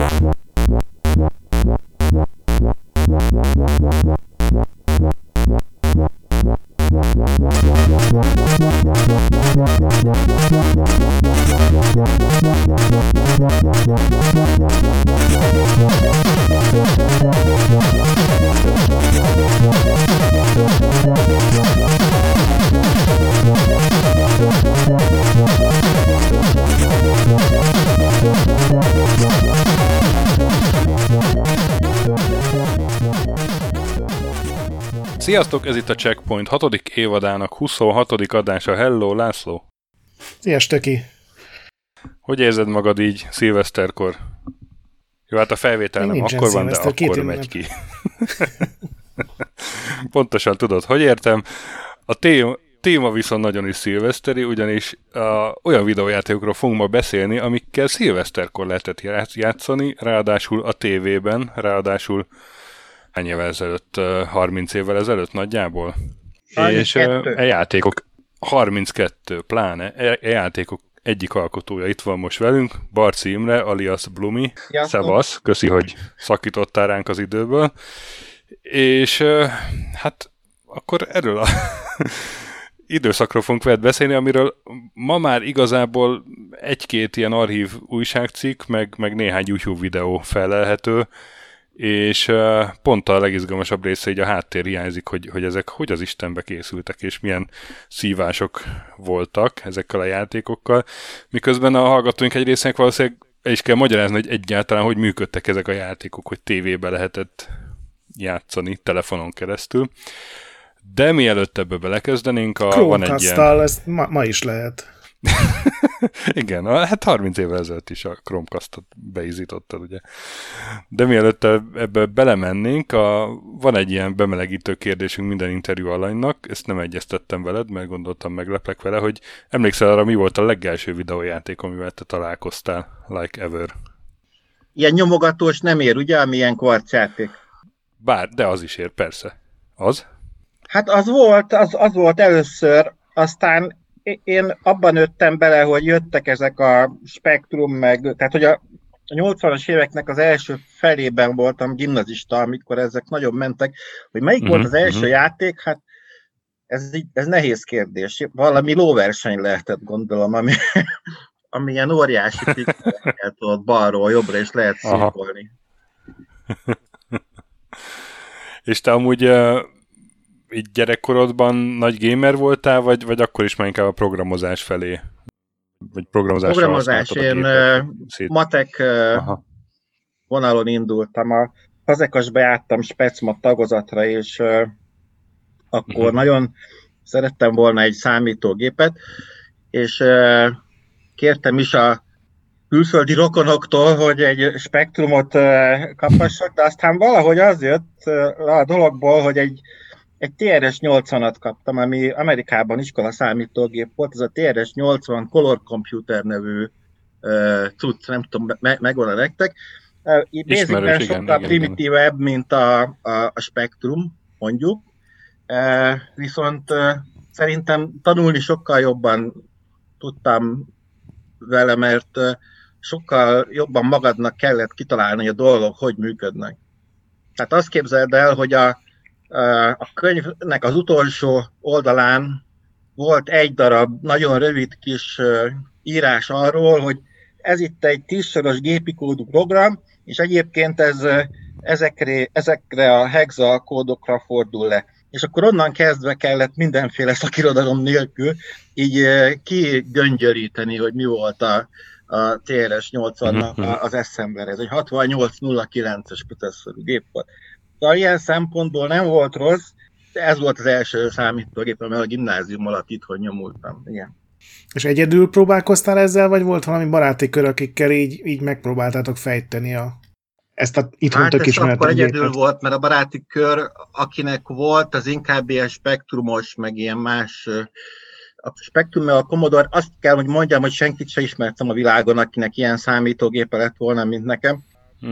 Sziasztok, ez itt a Checkpoint 6. évadának 26. adása. Hello, László! Sziasztok, Töki! Hogy érzed magad így szilveszterkor? Jó, hát a felvétel nem akkor van, de akkor megy ki. Pontosan tudod, hogy értem. A téma viszont nagyon is szilveszteri, ugyanis olyan videójátékokról fogunk ma beszélni, amikkel szilveszterkor lehetett játszani, ráadásul a tévében, ráadásul hány évvel ezelőtt, 30 évvel ezelőtt nagyjából. 32. És játékok 32, pláne játékok egyik alkotója itt van most velünk, Barczy Imre, alias Blumi. Szevasz, köszi, hogy szakítottál ránk az időből. És hát akkor erről a időszakról fogunk veled beszélni, amiről ma már igazából egy-két ilyen archív újságcikk, meg néhány YouTube videó felelhető, és pont a legizgalmasabb része így a háttér hiányzik, hogy ezek hogy az Istenbe készültek, és milyen szívások voltak ezekkel a játékokkal. Miközben a hallgatóink egy részének valószínűleg el is kell magyarázni, hogy egyáltalán hogy működtek ezek a játékok, hogy tévébe lehetett játszani telefonon keresztül. De mielőtt ebbe belekezdenénk, van egy ilyen... ezt ma is lehet. Igen, hát 30 évvel ezelőtt is a Chromecast-ot beizítottad, ugye. De mielőtt ebbe belemennénk, van egy ilyen bemelegítő kérdésünk minden interjú alanynak, ezt nem egyeztettem veled, mert gondoltam megleplek vele, hogy emlékszel arra, mi volt a legelső videójáték, amivel te találkoztál, like ever? Ilyen nyomogatós nem ér, ugye, amilyen kvarcjáték? De az is ér, persze. Az? Hát az volt először, aztán én abban nőttem bele, hogy jöttek ezek a Spektrum, tehát hogy a 80-as éveknek az első felében voltam gimnazista, amikor ezek nagyon mentek, hogy melyik volt az első játék, hát ez nehéz kérdés. Valami lóverseny lehetett, gondolom, ami ilyen óriási pixeleket ott balról jobbra is lehet székolni. És te amúgy így gyerekkorodban nagy gamer voltál, vagy akkor is már inkább a programozás felé? Vagy programozás, én matek vonalon indultam. A Fazekasba jártam specmat tagozatra, és akkor nagyon szerettem volna egy számítógépet, és kértem is a külföldi rokonoktól, hogy egy Spektrumot kaphassak, de aztán valahogy az jött a dologból, hogy egy TRS-80-at kaptam, ami Amerikában iskola számítógép volt, ez a TRS-80 Color Computer nevű cucc, nem tudom, megvan nektek. Basicben sokkal primitívebb, mint a Spectrum, mondjuk. Viszont szerintem tanulni sokkal jobban tudtam vele, mert sokkal jobban magadnak kellett kitalálni, hogy a dolgok hogy működnek. Tehát azt képzeld el, hogy a könyvnek az utolsó oldalán volt egy darab nagyon rövid kis írás arról, hogy ez itt egy 10-soros gépi kódú program, és egyébként ez ezekre a hexa kódokra fordul le. És akkor onnan kezdve kellett mindenféle szakirodalom nélkül így kigöngyöríteni, hogy mi volt a TRS-80-nak az assembler. Ez egy 6809-es processzorú gép volt. Szóval ilyen szempontból nem volt rossz, de ez volt az első számítógép, amivel a gimnázium alatt itthon nyomultam. Igen. És egyedül próbálkoztál ezzel, vagy volt valami baráti kör, akikkel így megpróbáltátok fejteni ezt a itthon tök ismeretlen akkor egyedül volt, mert a baráti kör, akinek volt, az inkább ilyen spektrumos, meg ilyen más. A Spektrum, a Commodore, azt kell, hogy mondjam, hogy senkit se ismertem a világon, akinek ilyen számítógépe lett volna, mint nekem.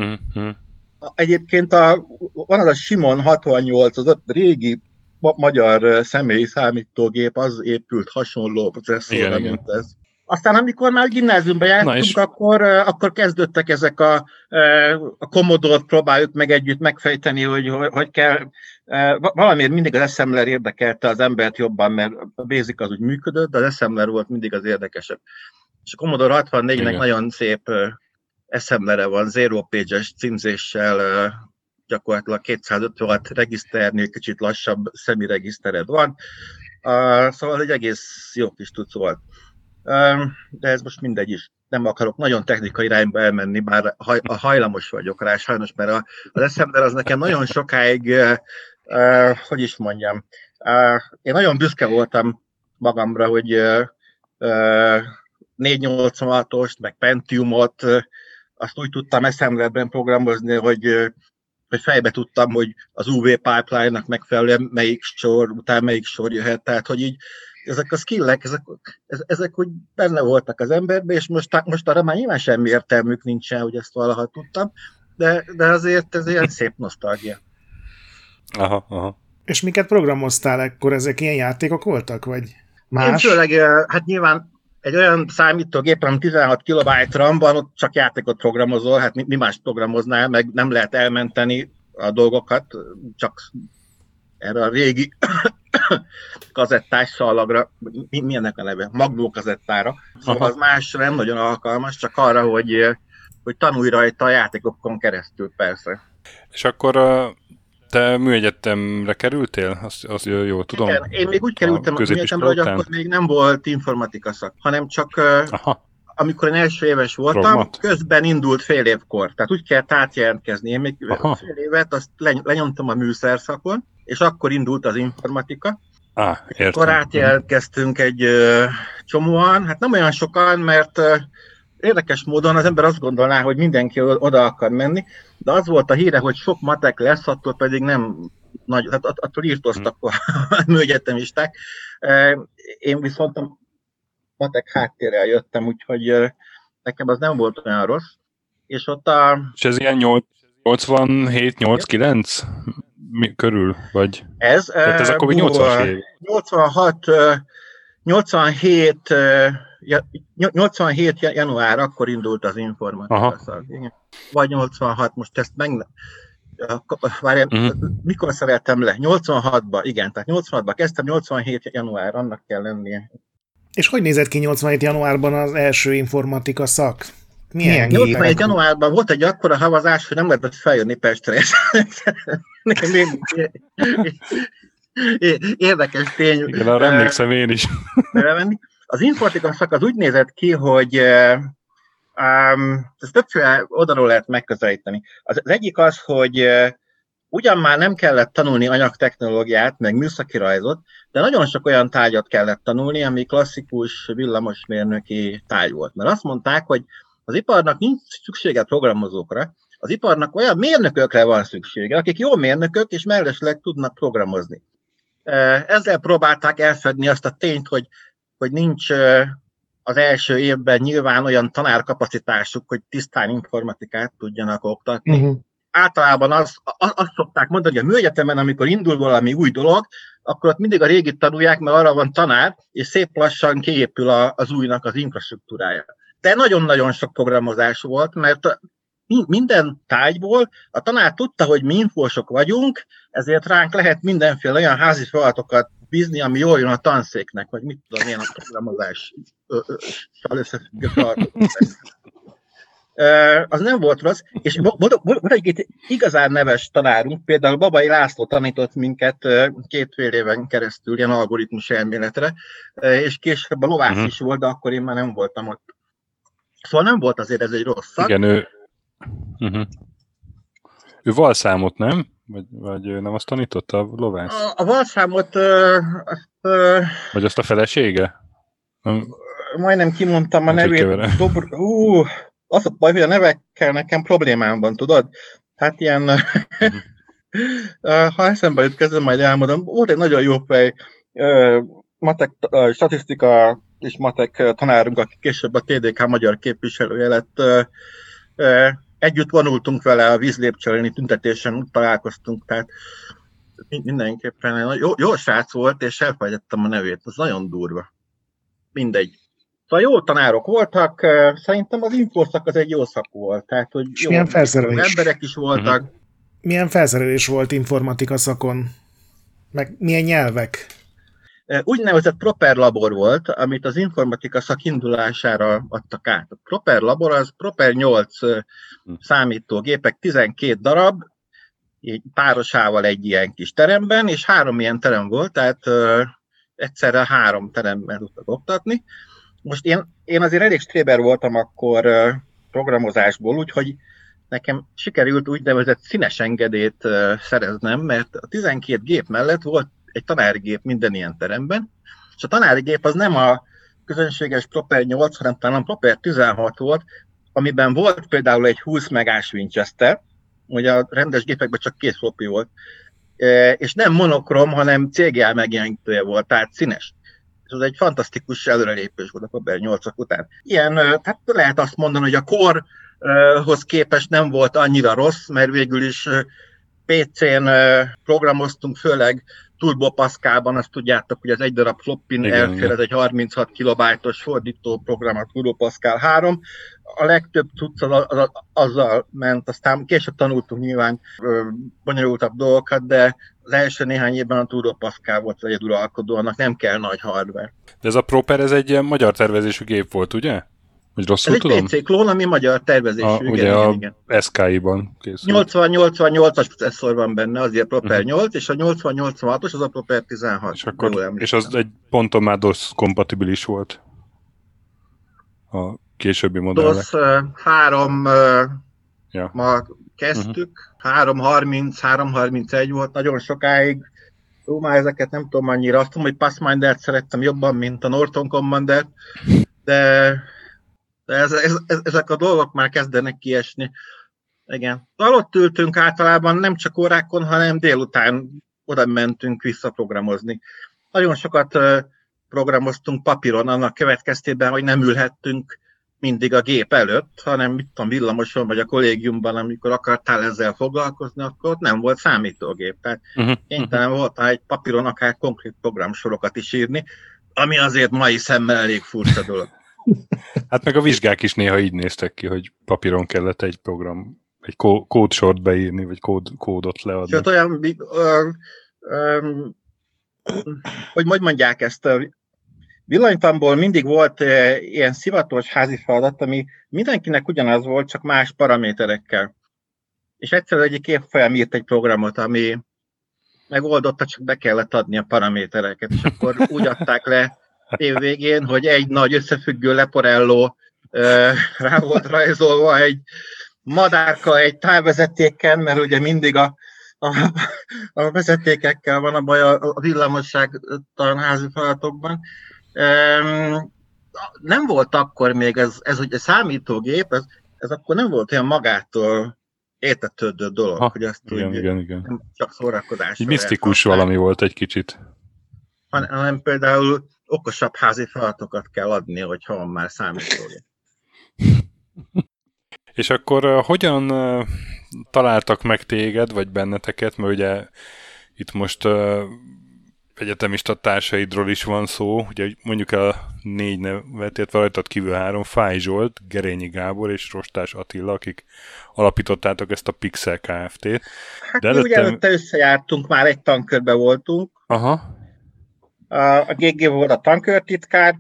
Egyébként van az a Simon 68, az a régi magyar személyi számítógép, az épült hasonló processzorra, mint ez. Aztán amikor már gimnáziumban jártunk, akkor kezdődtek ezek a Commodore-t próbáljuk meg együtt megfejteni, hogy kell. Valamiért mindig az assembler érdekelte az embert jobban, mert a Basic az úgy működött, de az assembler volt mindig az érdekesebb. És a Commodore 64-nek nagyon szép assemblere van, zero page-es címzéssel, gyakorlatilag 256 regiszternél kicsit lassabb szemiregisztered van. Szóval egy egész jó kis tuc volt. De ez most mindegy is. Nem akarok nagyon technikai irányba elmenni, bár hajlamos vagyok rá sajnos, mert az assembler az nekem nagyon sokáig, hogy is mondjam, én nagyon büszke voltam magamra, hogy 486-ost, meg Pentiumot, azt úgy tudtam assemblerben programozni, hogy fejbe tudtam, hogy az UV pipeline-nak megfelelően melyik sor, utána melyik sor jöhet, tehát hogy így ezek a skillek, ezek úgy benne voltak az emberben, és most arra már nyilván semmi értelmük nincsen, hogy ezt valaha tudtam, de azért ez ilyen szép nosztalgia. Aha. És miket programoztál ekkor? Ezek ilyen játékok voltak, vagy más? Én főleg, hát nyilván egy olyan számítógépen, 16 kilobájt RAM van, ott csak játékot programozol, hát mi más programoznál, meg nem lehet elmenteni a dolgokat, csak erre a régi kazettás szalagra, mi ennek a neve? Magnó kazettára. Szóval az más nem nagyon alkalmas, csak arra, hogy tanulj rajta a játékokon keresztül, persze. És akkor te műegyetemre kerültél? Azt jól tudom. Igen, én még úgy kerültem a műegyetemre, hogy akkor még nem volt informatika szak, hanem csak amikor én első éves voltam, közben indult fél évkor. Tehát úgy kellett átjelentkezni. Én még fél évet, azt lenyomtam a műszerszakon, és akkor indult az informatika. Akkor átjelentkeztünk egy csomóan, hát nem olyan sokan, mert érdekes módon az ember azt gondolná, hogy mindenki oda akar menni, de az volt a híre, hogy sok matek lesz, attól pedig nem nagy, hát attól írtoztak a műegyetemisták. Én viszont a matek háttérrel jöttem, úgyhogy nekem az nem volt olyan rossz. És ott És ez ilyen 87-89 körül, vagy? Tehát ez akkor 80-as év. 87 január, akkor indult az informatika szak. Vagy 86, most ezt mikor szereltem le? 86-ban, igen, tehát 86-ban kezdtem, 87 január, annak kell lennie. És hogy nézett ki 87 januárban az első informatika szak? Milyen 87 januárban volt egy akkora havazás, hogy nem lehetett feljönni Pestre. Érdekes tény. Igen, arra emlékszem én is. Az informatika szak az úgy nézett ki, hogy ezt többféle oldalról lehet megközelíteni. Az egyik az, hogy ugyan már nem kellett tanulni anyagtechnológiát, meg műszaki rajzot, de nagyon sok olyan tárgyat kellett tanulni, ami klasszikus villamosmérnöki tárgy volt. Mert azt mondták, hogy az iparnak nincs szüksége programozókra, az iparnak olyan mérnökökre van szüksége, akik jó mérnökök, és mellesleg tudnak programozni. Ezzel próbálták elfedni azt a tényt, hogy nincs az első évben nyilván olyan tanárkapacitásuk, hogy tisztán informatikát tudjanak oktatni. Általában azt szokták mondani, hogy a műegyetemen, amikor indul valami új dolog, akkor ott mindig a régit tanulják, mert arra van tanár, és szép lassan kiépül az újnak az infrastruktúrája. De nagyon-nagyon sok programozás volt, mert minden tárgyból a tanár tudta, hogy mi infósok vagyunk, ezért ránk lehet mindenféle olyan házi feladatokat bízni, ami jól jön a tanszéknek, vagy mit tudom én, a programozással összefüggő az nem volt rossz, és volt egy igazán neves tanárunk, például Babai László tanított minket 2 éven keresztül ilyen algoritmus elméletre, és később a lovász is volt, de akkor én már nem voltam ott. Szóval nem volt azért ez egy rossz szak. Igen, ő valszámot, nem? Vagy nem azt tanította a lovász? A valszámot... Vagy azt a felesége? Majdnem kimondtam a nevét. Az a baj, hogy a nevekkel nekem problémám van, tudod? Hát ilyen... ha eszembe jut, kezdem, majd elmondom. Volt egy nagyon jó fej matek, statisztika és matek tanárunk, aki később a TDK magyar képviselője lett. Együtt vonultunk vele a vízlépcsőlni tüntetésen, találkoztunk, tehát mindenképpen jó srác volt, és elfelejtettem a nevét, az nagyon durva. Mindegy. Szóval jó tanárok voltak, szerintem az infoszak az egy jó szak volt. Tehát, hogy jó, milyen felszerelés? Emberek is voltak. Milyen felszerelés volt informatika szakon? Meg milyen nyelvek? Úgynevezett Proper labor volt, amit az informatika szak indulására adtak át. A Proper labor az Proper 8 számítógépek, 12 darab, párosával egy ilyen kis teremben, és 3 ilyen terem volt, tehát egyszerre 3 teremben tudtak oktatni. Most én azért elég stréber voltam akkor programozásból, úgyhogy nekem sikerült úgynevezett színes engedélyt szereznem, mert a 12 gép mellett volt egy tanári gép minden ilyen teremben, és a tanári gép az nem a közönséges Proper 8, hanem talán a Proper 16 volt, amiben volt például egy 20 megás Winchester, ugye a rendes gépekben csak 2 floppy volt, és nem monokrom, hanem CGA megjelenítője volt, tehát színes. És ez egy fantasztikus előrelépés volt a Proper 8-ak után. Ilyen, tehát lehet azt mondani, hogy a Core-hoz képest nem volt annyira rossz, mert végül is PC-n programoztunk, főleg Turbo Pascalban, azt tudjátok, hogy az egy darab floppin elfér, ez egy 36 kilobájtos fordító program, a Turbo Pascal 3. A legtöbb cucc azzal ment, aztán később tanultunk nyilván bonyolultabb dolgokat, de az első néhány évben a Turbo Pascal volt az egyeduralkodó, annak nem kell nagy hardware. De ez a Proper, ez egy ilyen magyar tervezésű gép volt, ugye? Hogy rosszul ez tudom? egy PC klón, ami magyar tervezésű. Ugye a SKI-ban készült. 80-88-as processzor van benne, azért Proper 8, és a 80-86-os az a Proper 16. És az egy ponton már DOS kompatibilis volt a későbbi modellek. DOS 3 ma kezdtük, 3.30, 3.31 volt nagyon sokáig. Már ezeket nem tudom annyira. Azt tudom, hogy Pathfinder-t szerettem jobban, mint a Norton Commander-t, de ezek a dolgok már kezdenek kiesni. Igen. Alatt ültünk általában nem csak órákon, hanem délután oda mentünk visszaprogramozni. Nagyon sokat programoztunk papíron, annak következtében, hogy nem ülhettünk mindig a gép előtt, hanem mit tudom, villamoson vagy a kollégiumban, amikor akartál ezzel foglalkozni, akkor ott nem volt számítógép. Tehát kénytelen voltál egy papíron akár konkrét programsorokat is írni, ami azért mai szemmel elég furcsa dolog. Hát meg a vizsgák is néha így néztek ki, hogy papíron kellett egy program, egy kódsort beírni, vagy kódot leadni. Sőt, olyan, hogy mondják ezt, villanytanból mindig volt ilyen szivatos házi feladat, ami mindenkinek ugyanaz volt, csak más paraméterekkel. És egyszer egyik évfolyam írt egy programot, ami megoldotta, csak be kellett adni a paramétereket, és akkor úgy adták le év végén, hogy egy nagy összefüggő leporelló rá volt rajzolva egy madárka egy távvezetéken, mert ugye mindig a vezetékekkel van a baj a villamosságtalan házi feladatokban. Nem volt akkor még ez hogy a számítógép, ez akkor nem volt olyan magától értetődő dolog, hogy azt igen. Nem csak szórakozásra. Misztikus valami volt egy kicsit. Hanem például okosabb házi feladatokat kell adni, hogyha van már számítógép. És akkor hogyan találtak meg téged, vagy benneteket, mert ugye itt most egyetemista társaidról is van szó, ugye mondjuk el 4 nevet, illetve rajtad kívül 3, Fáj Zsolt, Gerényi Gábor és Rostás Attila, akik alapítottátok ezt a Pixel Kft-t. Hát mi ugye előtte összejártunk, már egy tankörbe voltunk. Aha. A GG volt a tankörtitkár,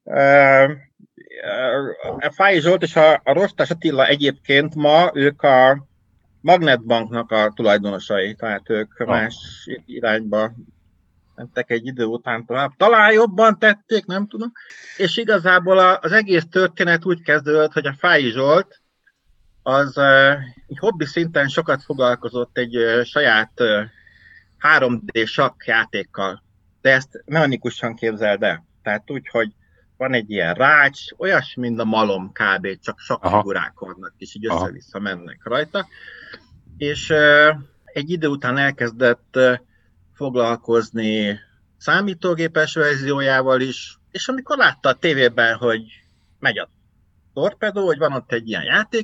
a Fáj Zsolt és a Rostás Attila egyébként ma ők a Magnetbanknak a tulajdonosai, tehát ők más irányba mentek egy idő után tovább. Talán jobban tették, nem tudom. És igazából az egész történet úgy kezdődött, hogy a Fáj Zsolt az egy hobbi szinten sokat foglalkozott egy saját 3D sakk játékkal. De ezt mechanikusan képzeld el. Tehát úgy, hogy van egy ilyen rács, olyasmi, mint a malom kb. Csak sakkfigurák vannak, és így össze-vissza mennek rajta. És egy idő után elkezdett foglalkozni számítógépes verziójával is, és amikor látta a tévében, hogy megy a torpedó, hogy van ott egy ilyen játék,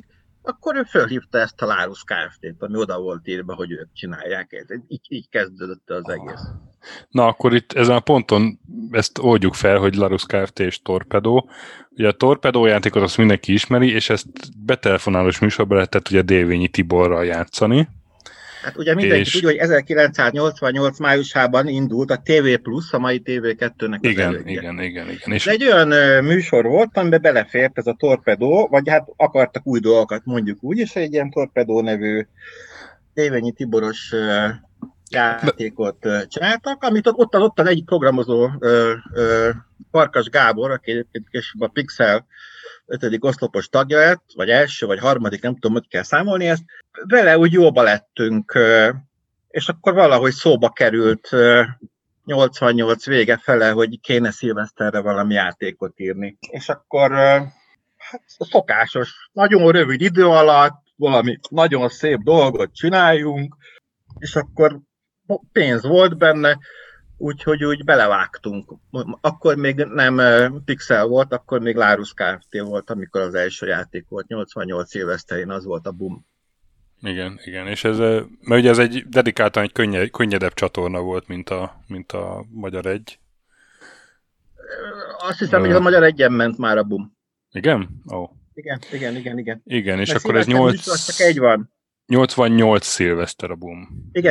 akkor ő fölhívta ezt a Larus Kft-t, ami oda volt írva, hogy ők csinálják. Így kezdődött az egész. Na, akkor itt ezen a ponton ezt oldjuk fel, hogy Larus Kft. És Torpedo. Ugye a Torpedo játékot azt mindenki ismeri, és ezt betelefonálós műsorban lehetett ugye Dévényi Tiborral játszani. Hát ugye mindenki tudja, hogy 1988 májusában indult a TV Plus, a mai TV2-nek az elődje. Igen. És egy olyan műsor volt, amiben belefért ez a Torpedo, vagy hát akartak új dolgokat, mondjuk úgy, és egy ilyen Torpedo nevű Dévényi Tiboros játékot csináltak, amit ott az egyik programozó Farkas Gábor, aki egyébként később a Pixel 5. oszlopos tagja lett, vagy első, vagy harmadik, nem tudom, hogy kell számolni ezt, vele úgy jóba lettünk, és akkor valahogy szóba került 88 vége fele, hogy kéne szilveszterre valami játékot írni. És akkor hát szokásos, nagyon rövid idő alatt valami nagyon szép dolgot csináljunk, és akkor pénz volt benne, úgyhogy úgy belevágtunk. Akkor még nem Pixel volt, akkor még Larus Kft. Volt, amikor az első játék volt, 88 szilveszterén, az volt a boom. Igen, és ez, mert ugye ez egy dedikáltan egy könnyedebb csatorna volt, mint a Magyar 1. Azt hiszem, hogy a Magyar 1-en ment már a boom. Igen? Igen. Igen, és akkor ez 88 szilveszter a boom. Igen,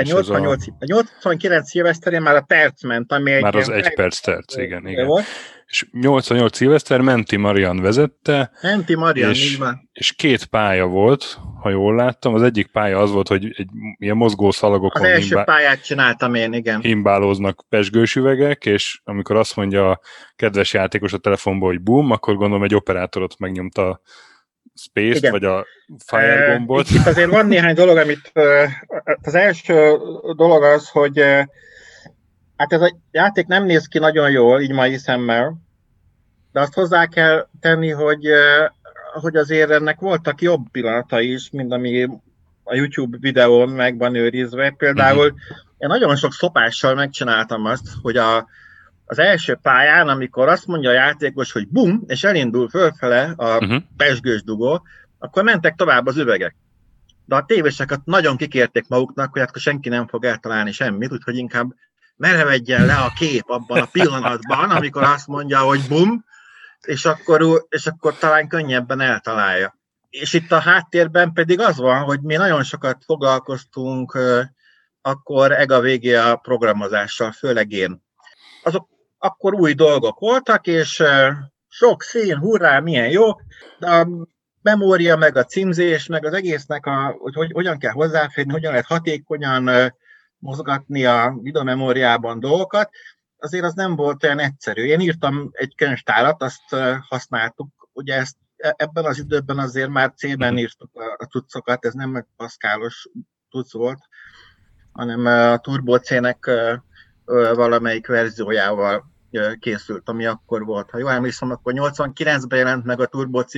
89 szilveszterén már a terc ment, ami egy... Már az 1 perc terc, igen. Volt. És 88 szilveszter Menti Marian vezette. Menti Marian, így van. És 2 pálya volt, ha jól láttam. Az egyik pálya az volt, hogy egy ilyen mozgó szalagokon... Az első pályát csináltam én, igen. Himbálóznak pezsgős üvegek, és amikor azt mondja a kedves játékos a telefonból, hogy boom, akkor gondolom egy operátorot megnyomta a Space-t, igen. Vagy a Fire gombot. Itt azért van néhány dolog, amit az első dolog az, hogy hát ez a játék nem néz ki nagyon jól, így mai szemmel, de azt hozzá kell tenni, hogy azért ennek voltak jobb pillanatai is, mint ami a YouTube videón meg van őrizve. Például én nagyon sok szopással megcsináltam azt, hogy az első pályán, amikor azt mondja a játékos, hogy bum, és elindul fölfele a pezsgős dugó, akkor mentek tovább az üvegek. De a tévéseket nagyon kikérték maguknak, hogy akkor senki nem fog eltalálni semmit, úgyhogy inkább merevedjen le a kép abban a pillanatban, amikor azt mondja, hogy bum, és akkor talán könnyebben eltalálja. És itt a háttérben pedig az van, hogy mi nagyon sokat foglalkoztunk akkor ega végé a programozással, főleg én. Azok akkor új dolgok voltak, és sok szín, hurrá, milyen jó, de a memória, meg a címzés, meg az egésznek, hogy hogyan kell hozzáférni, hogyan lehet hatékonyan mozgatni a videomemóriában dolgokat, azért az nem volt olyan egyszerű. Én írtam egy könyvtárat, azt használtuk, ugye ebben az időben azért már C-ben írtuk a cuccokat, ez nem egy paszkálos cucc volt, hanem a Turbo C-nek valamelyik verziójával készült, ami akkor volt. Ha jól emlékszem, akkor 89-ben jelent meg a Turbo C++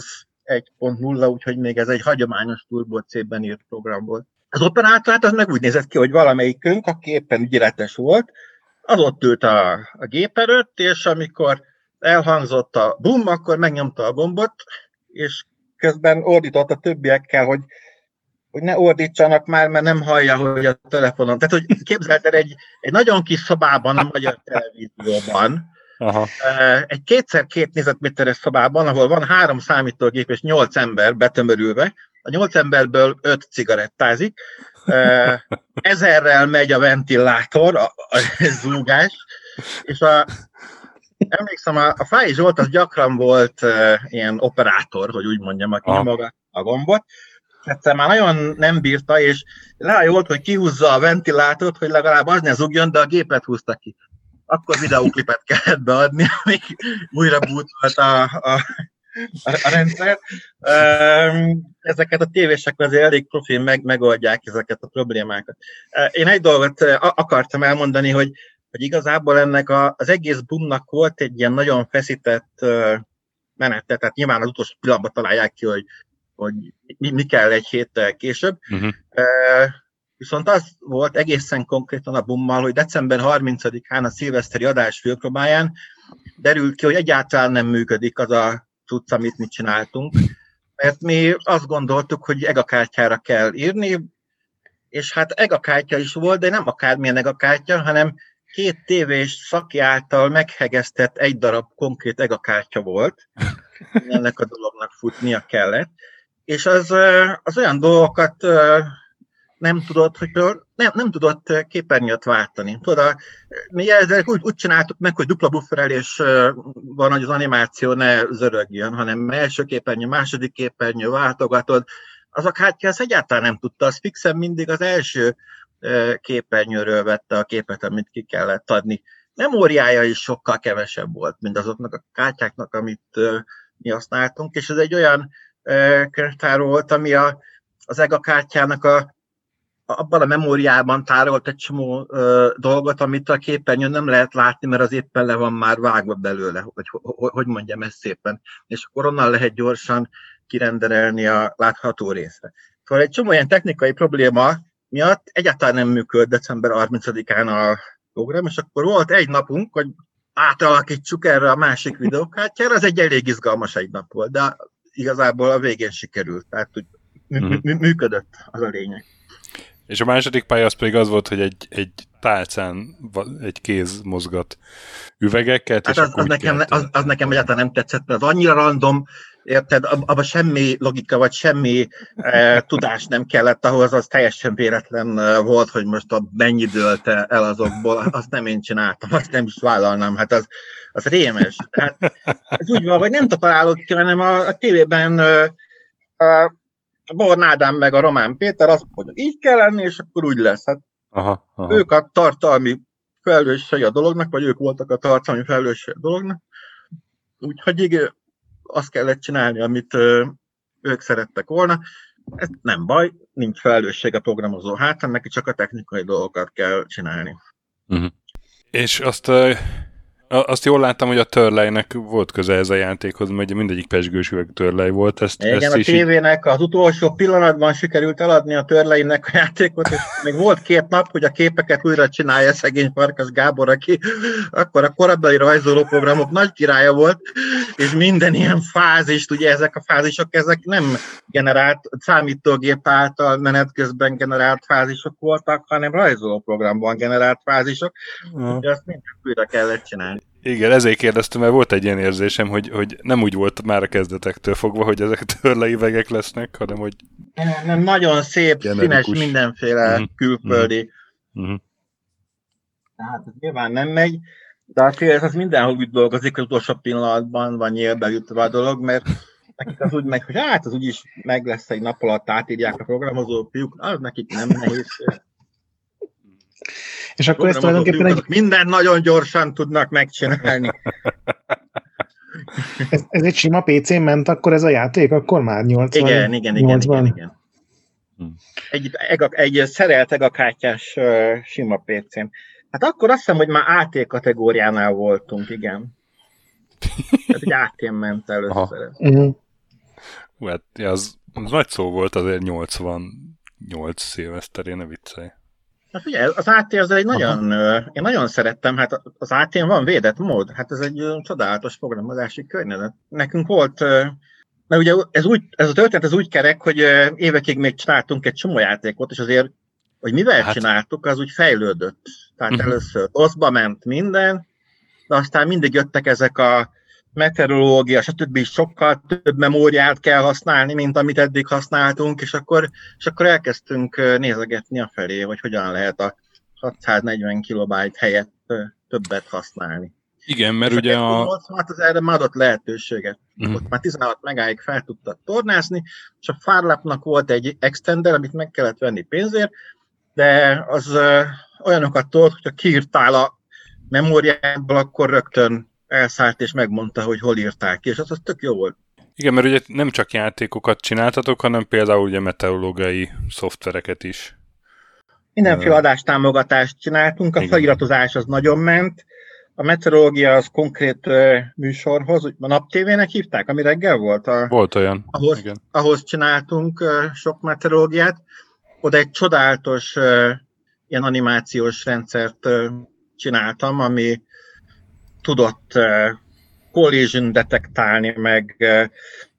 1.0, úgyhogy még ez egy hagyományos Turbo C-ben írt program volt. Az operátor az meg úgy nézett ki, hogy valamelyikünk, aki éppen ügyeletes volt, az ott ült a gép előtt, és amikor elhangzott a bum, akkor megnyomta a gombot, és közben ordított a többiekkel, hogy ne ordítsanak már, mert nem hallja, hogy a telefonon. Tehát, hogy képzelted egy nagyon kis szobában, a magyar televízióban, egy 2x2 négyzetméteres szobában, ahol van 3 számítógép és 8 ember betömörülve, a 8 emberből 5 cigarettázik, 1000-rel megy a ventilátor, a zúgás, és emlékszem, a Fáji Zsolt az gyakran volt ilyen operátor, hogy úgy mondjam, aki maga a gombot, egyszer már nagyon nem bírta, és rájolt, hogy kihúzza a ventilátort, hogy legalább az ne zugjon, de a gépet húzta ki. Akkor videóklipet kellett beadni, amíg újra bútolt a rendszer. Ezeket a tévések azért elég profil megoldják ezeket a problémákat. Én egy dolgot akartam elmondani, hogy igazából ennek az egész boomnak volt egy ilyen nagyon feszített menete, tehát nyilván az utolsó pillanatban találják ki, hogy mi kell egy héttel később. Viszont az volt egészen konkrétan a boommal, hogy december 30-án a szilveszteri adás főpróbáján derült ki, hogy egyáltalán nem működik az a cucc, amit mi csináltunk. mert mi azt gondoltuk, hogy EGA-kártyára kell írni, és hát EGA-kártya is volt, de nem akármilyen EGA-kártya, hanem 2 tévés szaki által meghegesztett egy darab konkrét EGA-kártya volt, ennek a dolognak futnia kellett, és az olyan dolgokat nem tudott képernyőt váltani. Tudod, mi ezzel úgy csináltuk meg, hogy dupla bufferelés van, hogy az animáció ne zörögjön, hanem első képernyő, második képernyő, váltogatod. Az a kártya az egyáltalán nem tudta, az fixen mindig az első képernyőről vette a képet, amit ki kellett adni. Memóriája is sokkal kevesebb volt, mint azoknak a kártyáknak, amit mi használtunk, és ez egy olyan könyvtár volt, ami az EGA kártyának abban a memóriában tárolt egy csomó dolgot, amit a képernyőn nem lehet látni, mert az éppen le van már vágva belőle, hogy mondjam ezt szépen. És akkor onnan lehet gyorsan kirenderelni a látható részre. Szóval egy csomó ilyen technikai probléma miatt egyáltalán nem működött december 30-án a program, és akkor volt egy napunk, hogy átalakítsuk erre a másik videókártyára, az egy elég izgalmas egy nap volt, de igazából a végén sikerült, tehát működött, az a lényeg. És a második pálya az pedig az volt, hogy egy tálcán egy kéz mozgat üvegeket, hát és az nekem egyáltalán nem tetszett, mert az annyira random, érted, abban semmi logika, vagy semmi tudás nem kellett ahhoz, az teljesen véletlen volt, hogy most mennyi dőlt el azokból, azt nem én csináltam, azt nem is vállalnám, hát az rémes. Hát, ez úgy van, hogy nem találok ki, hanem a tévében a Born Ádám meg a Román Péter azt mondja, így kell lenni, és akkor úgy lesz. Hát aha. Ők a tartalmi felelősei a dolognak, vagy ők voltak a tartalmi felelősei a dolognak. Úgyhogy azt kellett csinálni, amit ők szerettek volna. Ez nem baj, nincs felelősség a programozó hátán, neki csak a technikai dolgokat kell csinálni. Uh-huh. És azt jól láttam, hogy a Törlejnek volt köze ez a játékhoz, mert mindegyik pezsgős üveg Törlej volt. Igen, a tévének az utolsó pillanatban sikerült eladni a Törlejnek a játékot, és még volt 2 nap, hogy a képeket újra csinálja szegény Farkas Gábor, aki akkor a korabeli rajzolóprogramok nagy királya volt, és minden ilyen fázist, ugye ezek a fázisok, ezek nem generált, számítógép által menet közben generált fázisok voltak, hanem rajzolóprogramban generált fázisok, ugye azt mindent újra kellett csinálni. Igen, ezért kérdeztem, mert volt egy ilyen érzésem, hogy nem úgy volt már a kezdetektől fogva, hogy ezek törlei üvegek lesznek, hanem hogy... Nem, nagyon szép, generikus. Színes, mindenféle külföldi. Tehát ez nyilván nem megy, de azért az mindenhol úgy dolgozik, hogy utolsó pillanatban van nyílbeütve a dolog, mert nekik az úgy megy, hogy hát az úgyis meg lesz egy nap alatt, átírják a programozó fiúk, az nekik nem nehéz. És akkor ezt tulajdonképpen mindent nagyon gyorsan tudnak megcsinálni. ez egy sima PC-n ment akkor ez a játék? Akkor már 80? Igen. Egy szerelt EGA-kártyás sima PC-n. Hát akkor azt hiszem, hogy már AT kategóriánál voltunk, igen. Tehát egy AT-n ment először. Hát az nagy szó volt azért 88 szilveszterén, ne viccelj. Hát ugye, az AT az egy nagyon, én nagyon szerettem, hát az AT-n van védett mód, hát ez egy csodálatos programozási környezet. Nekünk volt, mert ugye ez a történet ez úgy kerek, hogy évekig még csináltunk egy csomó játékot, és azért, hogy mivel csináltuk, az úgy fejlődött. Tehát először oszba ment minden, de aztán mindig jöttek ezek a meteorológia, stb. Sokkal több memóriát kell használni, mint amit eddig használtunk, és akkor elkezdtünk nézegetni afelé, hogy hogyan lehet a 640 kilobájt helyett többet használni. Igen, mert és ugye a 86 az erre már adott lehetőséget. Ott már 16 megáig fel tudtad tornázni, és a Farlapnak volt egy extender, amit meg kellett venni pénzért, de az olyanokat tudott, hogyha kiírtál a memóriából, akkor rögtön elszállt és megmondta, hogy hol írták ki, és az tök jó volt. Igen, mert ugye nem csak játékokat csináltatok, hanem például ugye meteorológiai szoftvereket is. Mindenféle adástámogatást csináltunk, a feliratozás az nagyon ment, a meteorológia az konkrét műsorhoz, a NapTV-nek hívták, ami reggel volt? Volt olyan. Ahhoz csináltunk sok meteorológiát, oda egy csodálatos ilyen animációs rendszert csináltam, ami tudott collision detektálni, meg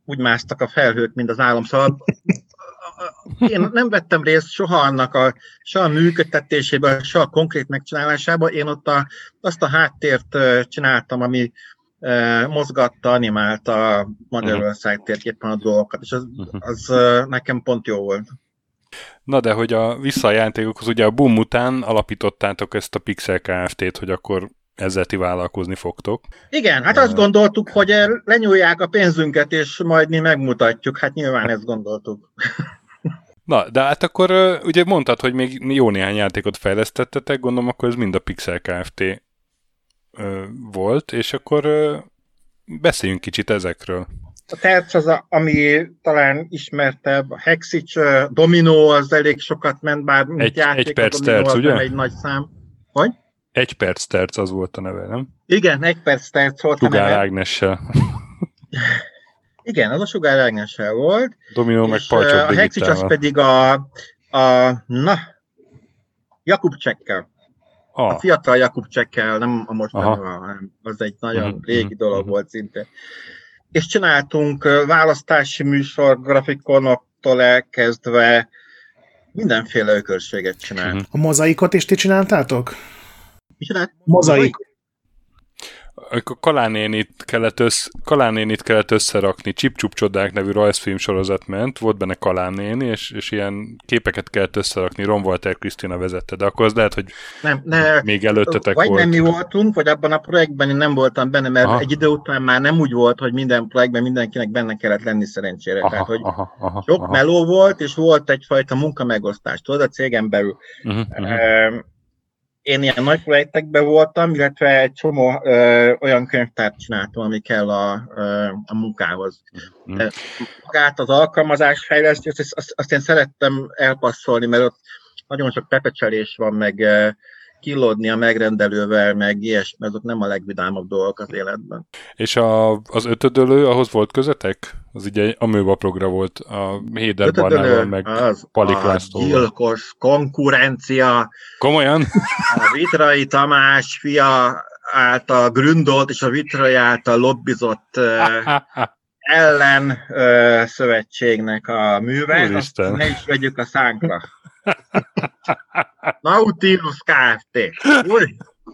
úgy másztak a felhők, mint az álom. Szóval én nem vettem részt soha annak se a működtetésében, se a konkrét megcsinálásában. Én ott azt a háttért csináltam, ami mozgatta, animálta Magyarország térképen a dolgokat, és az nekem pont jó volt. Na de, hogy vissza a játékokhoz, ugye a Boom után alapítottátok ezt a Pixel Kft-t, hogy akkor ezzel ti vállalkozni fogtok. Igen, hát azt gondoltuk, hogy lenyúlják a pénzünket, és majd mi megmutatjuk. Hát nyilván ezt gondoltuk. Na, de hát akkor ugye mondtad, hogy még jó néhány játékot fejlesztettetek, gondolom, akkor ez mind a Pixel Kft. Volt, és akkor beszéljünk kicsit ezekről. A Terc az, ami talán ismertebb, a Hexich, Domino az elég sokat ment, bár mint játék, egy perc a Domino terc, az ugye? nem egy nagy szám. Hogy? 1 perc terc az volt a neve, nem? Igen, 1 perc terc volt Sugár a neve. Ágnessel. Igen, az a Sugár Ágnessel volt. Domino meg Pajcsok a Hexich az pedig Jakub Csekkel. A fiatal Jakub Csekkel, nem a mostani, hanem az egy nagyon régi dolog volt szinte. És csináltunk választási műsor, grafikonoktól elkezdve mindenféle ökörséget csináltunk. A mozaikot is ti csináltátok? Mi csinált? Mozaik. Akkor Kalán nénit kellett összerakni, Csip-Csup Csodák nevű rajzfilm sorozat ment, volt benne Kalán néni, és ilyen képeket kellett összerakni, Ron Walter Krisztina vezette, de akkor az lehet, hogy még előttetek vagy volt. Vagy nem mi voltunk, vagy abban a projektben én nem voltam benne, mert egy idő után már nem úgy volt, hogy minden projektben mindenkinek benne kellett lenni szerencsére. Tehát, hogy sok meló volt, és volt egyfajta munkamegosztás, tudod, a cégen belül. Én ilyen nagy projektekben voltam, illetve egy csomó olyan könyvtárt csináltam, ami kell a munkához. Magát az alkalmazásfejlesztést, azt én szerettem elpasszolni, mert ott nagyon sok pepecselés van, meg killódni a megrendelővel, meg ilyesmi, azok nem a legvidámabb dolgok az életben. És az ötödölő, ahhoz volt közetek? Az ugye a művaprogra volt, a Héder Barnával, meg Palik Lászlóval. Gyilkos konkurencia. Komolyan? A Vitrai Tamás fia által gründolt, és a Vitrai által lobbizott ellen szövetségnek a műve. Azt ne is vegyük a szánkra. Nautilus Kft. Új!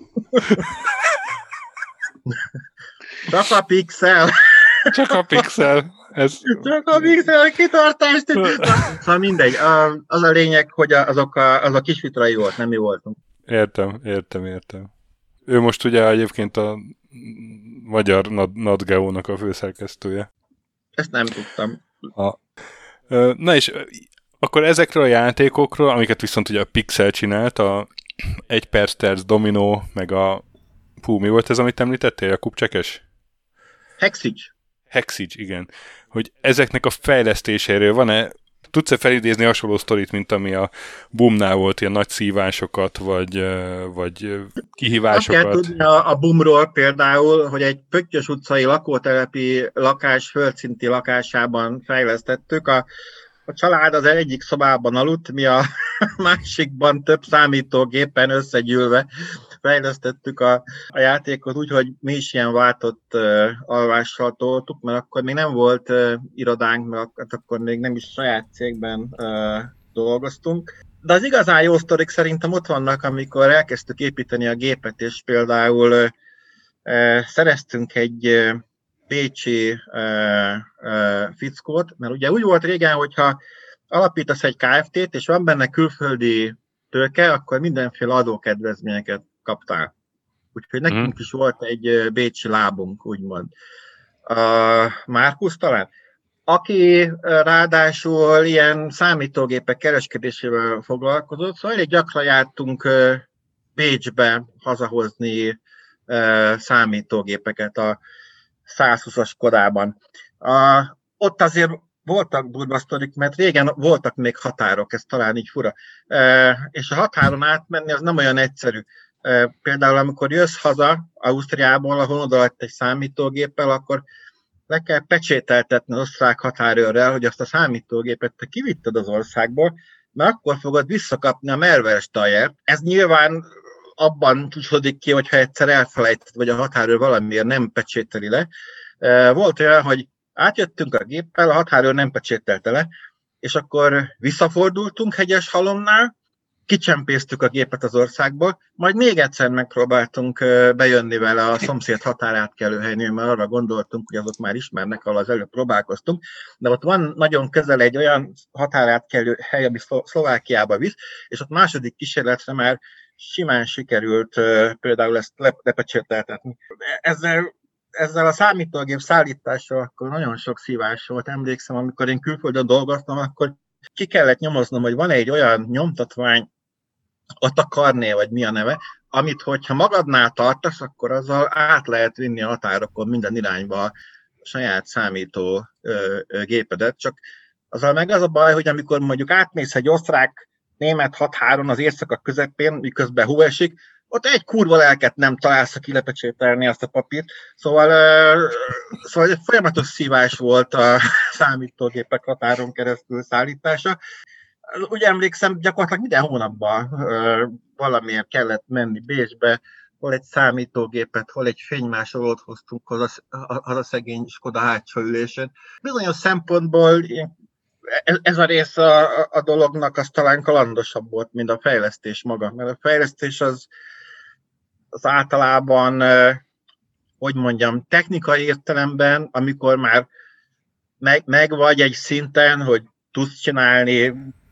Csak a Pixel. Csak a Pixel. Csak a Pixel kitartást. Szóval mindegy. Az a lényeg, hogy az a kis Vitrai volt, nem mi voltunk. Értem. Ő most ugye egyébként a magyar NatGeo-nak a főszerkesztője. Ezt nem tudtam. Na és akkor ezekről a játékokról, amiket viszont ugye a Pixel csinált, a 1 perc terc, Domino, meg mi volt ez, amit említettél, a Kupcsekes? Hexich, igen. Hogy ezeknek a fejlesztéséről tudsz-e felidézni hasonló sztorit, mint ami a Boomnál volt, ilyen nagy szívásokat, vagy kihívásokat? Azt kell tudni a Boomról például, hogy egy Pöttyös utcai lakótelepi lakás földszinti lakásában fejlesztettük. A család az egyik szobában aludt, mi a másikban több számítógépen összegyűlve fejlesztettük a játékot, úgyhogy mi is ilyen váltott alvással toltuk, mert akkor még nem volt irodánk, mert akkor még nem is saját cégben dolgoztunk. De az igazán jó sztorik szerintem ott vannak, amikor elkezdtük építeni a gépet, és például szereztünk egy pécsi fickót, mert ugye úgy volt régen, hogyha alapítasz egy Kft-t, és van benne külföldi tőke, akkor mindenféle adókedvezményeket kaptál. Úgyhogy nekünk is volt egy bécsi lábunk, úgymond. Márkusz talán, aki ráadásul ilyen számítógépek kereskedésével foglalkozott, szóval elég gyakran jártunk Bécsbe hazahozni számítógépeket a 120-as korában. Ott azért voltak durva sztorik, mert régen voltak még határok, ez talán így fura. És a határon átmenni az nem olyan egyszerű. Például amikor jössz haza Ausztriából, ahol odalett egy számítógéppel, akkor le kell pecsételtetni az osztrák határőrrel, hogy azt a számítógépet te kivitted az országból, mert akkor fogod visszakapni a Merverstajert. Ez nyilván abban csúcsodik ki, hogyha egyszer elfelejtett, vagy a határőr valamiért nem pecsételi le. Volt olyan, hogy Átjöttünk a géppel, a határőr nem pecsételte le, és akkor visszafordultunk Hegyeshalomnál, kicsempésztük a gépet az országból, majd még egyszer megpróbáltunk bejönni vele a szomszéd határátkelőhelynél, mert arra gondoltunk, hogy azok már ismernek, ahol az előbb próbálkoztunk, de ott van nagyon közel egy olyan határátkelő hely, ami Szlovákiába visz, és ott második kísérletre már simán sikerült például ezt lepecsételtetni. Ezzel a számítógép szállítással akkor nagyon sok szívás volt. Emlékszem, amikor én külföldön dolgoztam, akkor ki kellett nyomoznom, hogy van egy olyan nyomtatvány, ott a karné, vagy mi a neve, amit, hogyha magadnál tartasz, akkor azzal át lehet vinni a határokon minden irányba a saját számító gépedet. Csak azzal meg az a baj, hogy amikor mondjuk átmész egy osztrák-német határon az éjszaka közepén, miközben hó esik, ott egy kurva lelket nem találsz, aki lepecsételni azt a papírt. Szóval egy folyamatos szívás volt a számítógépek határon keresztül szállítása. Úgy emlékszem, gyakorlatilag minden hónapban valamiért kellett menni Bécsbe, hol egy számítógépet, hol egy fénymásolót hoztunk az a szegény Skoda hátsó ülésén. Bizonyos szempontból ez a rész a dolognak az talán kalandosabb volt, mint a fejlesztés maga. Mert a fejlesztés az általában, hogy mondjam, technikai értelemben, amikor már meg vagy egy szinten, hogy tudsz csinálni,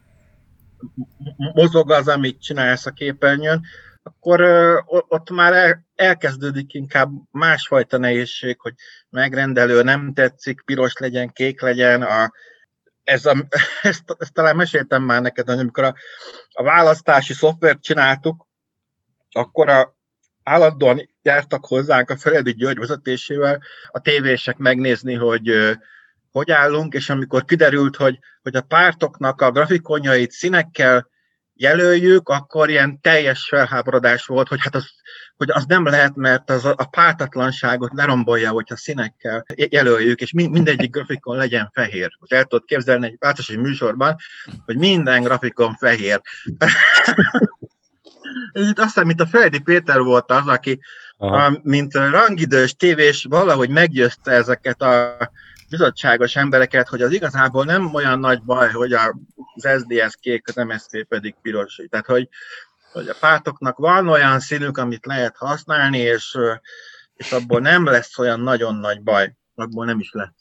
mozog az, amit csinálsz a képernyőn, akkor ott már elkezdődik inkább másfajta nehézség, hogy megrendelő nem tetszik, piros legyen, kék legyen. Ezt talán meséltem már neked, amikor a választási szoftvert csináltuk, akkor állandóan jártak hozzánk a Feledi György vezetésével a tévések megnézni, hogy állunk, és amikor kiderült, hogy a pártoknak a grafikonjait színekkel jelöljük, akkor ilyen teljes felháborodás volt, hogy az nem lehet, mert az a pártatlanságot lerombolja, hogyha színekkel jelöljük, és mindegyik grafikon legyen fehér. Most el tudod képzelni egy változási műsorban, hogy minden grafikon fehér. És itt aztán, mint a Feledi Péter volt az, aki mint rangidős tévés valahogy meggyőzte ezeket a bizottságos embereket, hogy az igazából nem olyan nagy baj, hogy az SZDSZ kék, az MSZP pedig piros. Tehát, hogy a pártoknak van olyan színük, amit lehet használni, és abból nem lesz olyan nagyon nagy baj. Abból nem is lesz.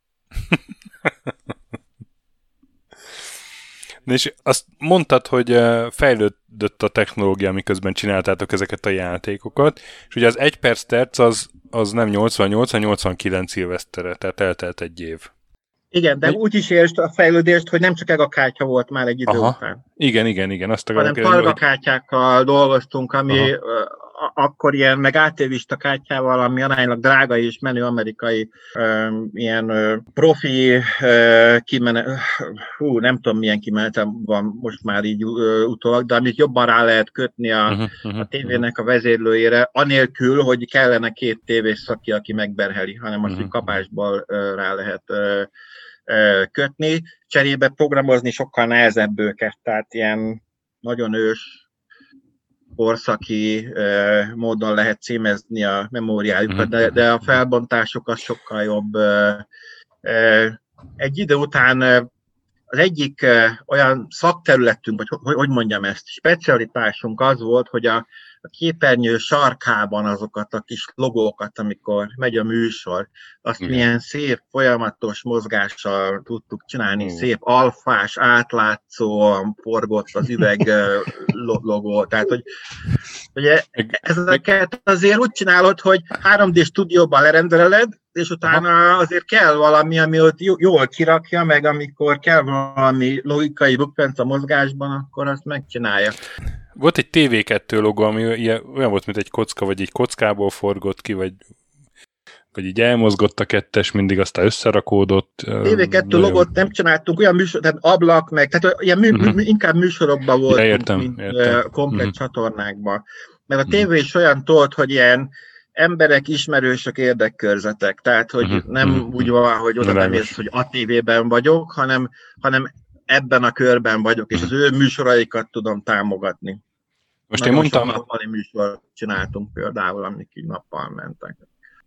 És azt mondtad, hogy fejlődött a technológia, miközben csináltátok ezeket a játékokat, és ugye az 1 perc terc az nem 88, hanem 89 szilveszterre, tehát eltelt egy év. Igen, de úgy is értsd a fejlődést, hogy nem csak egakártya volt már egy idő után. Igen, azt akarom kérdezni. Hanem targakártyákkal dolgoztunk, ami akkor ilyen, meg ATV-sta kártyával, ami aránylag drága és menő amerikai ilyen profi nem tudom milyen kimenetem van most már így utólag, de amit jobban rá lehet kötni a tévének a vezérlőjére, anélkül, hogy kellene 2 tévés szaki, aki megberheli, hanem azt, hogy kapásból rá lehet kötni. Cserébe programozni sokkal nehezebb őket, tehát ilyen nagyon ős korszaki módon lehet címezni a memóriájukat, de a felbontások az sokkal jobb. Egy idő után az egyik olyan szakterületünk, vagy hogy mondjam ezt, specialitásunk az volt, hogy a képernyő sarkában azokat a kis logókat, amikor megy a műsor, azt milyen szép, folyamatos mozgással tudtuk csinálni, szép alfás, átlátszóan forgott az üveg logó. Tehát, hogy ezeket azért úgy csinálod, hogy 3D stúdióban lerendeled, és utána azért kell valami, ami ott jól kirakja, meg amikor kell valami logikai bukfenc a mozgásban, akkor azt megcsinálja. Volt egy TV2 logó, ami olyan volt, mint egy kocka, vagy egy kockából forgott ki, vagy így elmozgott a kettes, mindig aztán összerakódott. TV2 logót nem csináltunk, olyan műsor, tehát ablak, meg, tehát ilyen inkább műsorokban voltunk, mint komplett csatornákban. Mert a tévé is olyan tolt, hogy ilyen emberek, ismerősök, érdekkörzetek. Tehát, hogy nem úgy van, hogy oda nem érsz, hogy a tévében vagyok, hanem ebben a körben vagyok, és az ő műsoraikat tudom támogatni. Most én mondtam... Nappali műsort csináltunk például, amik így nappal mentek.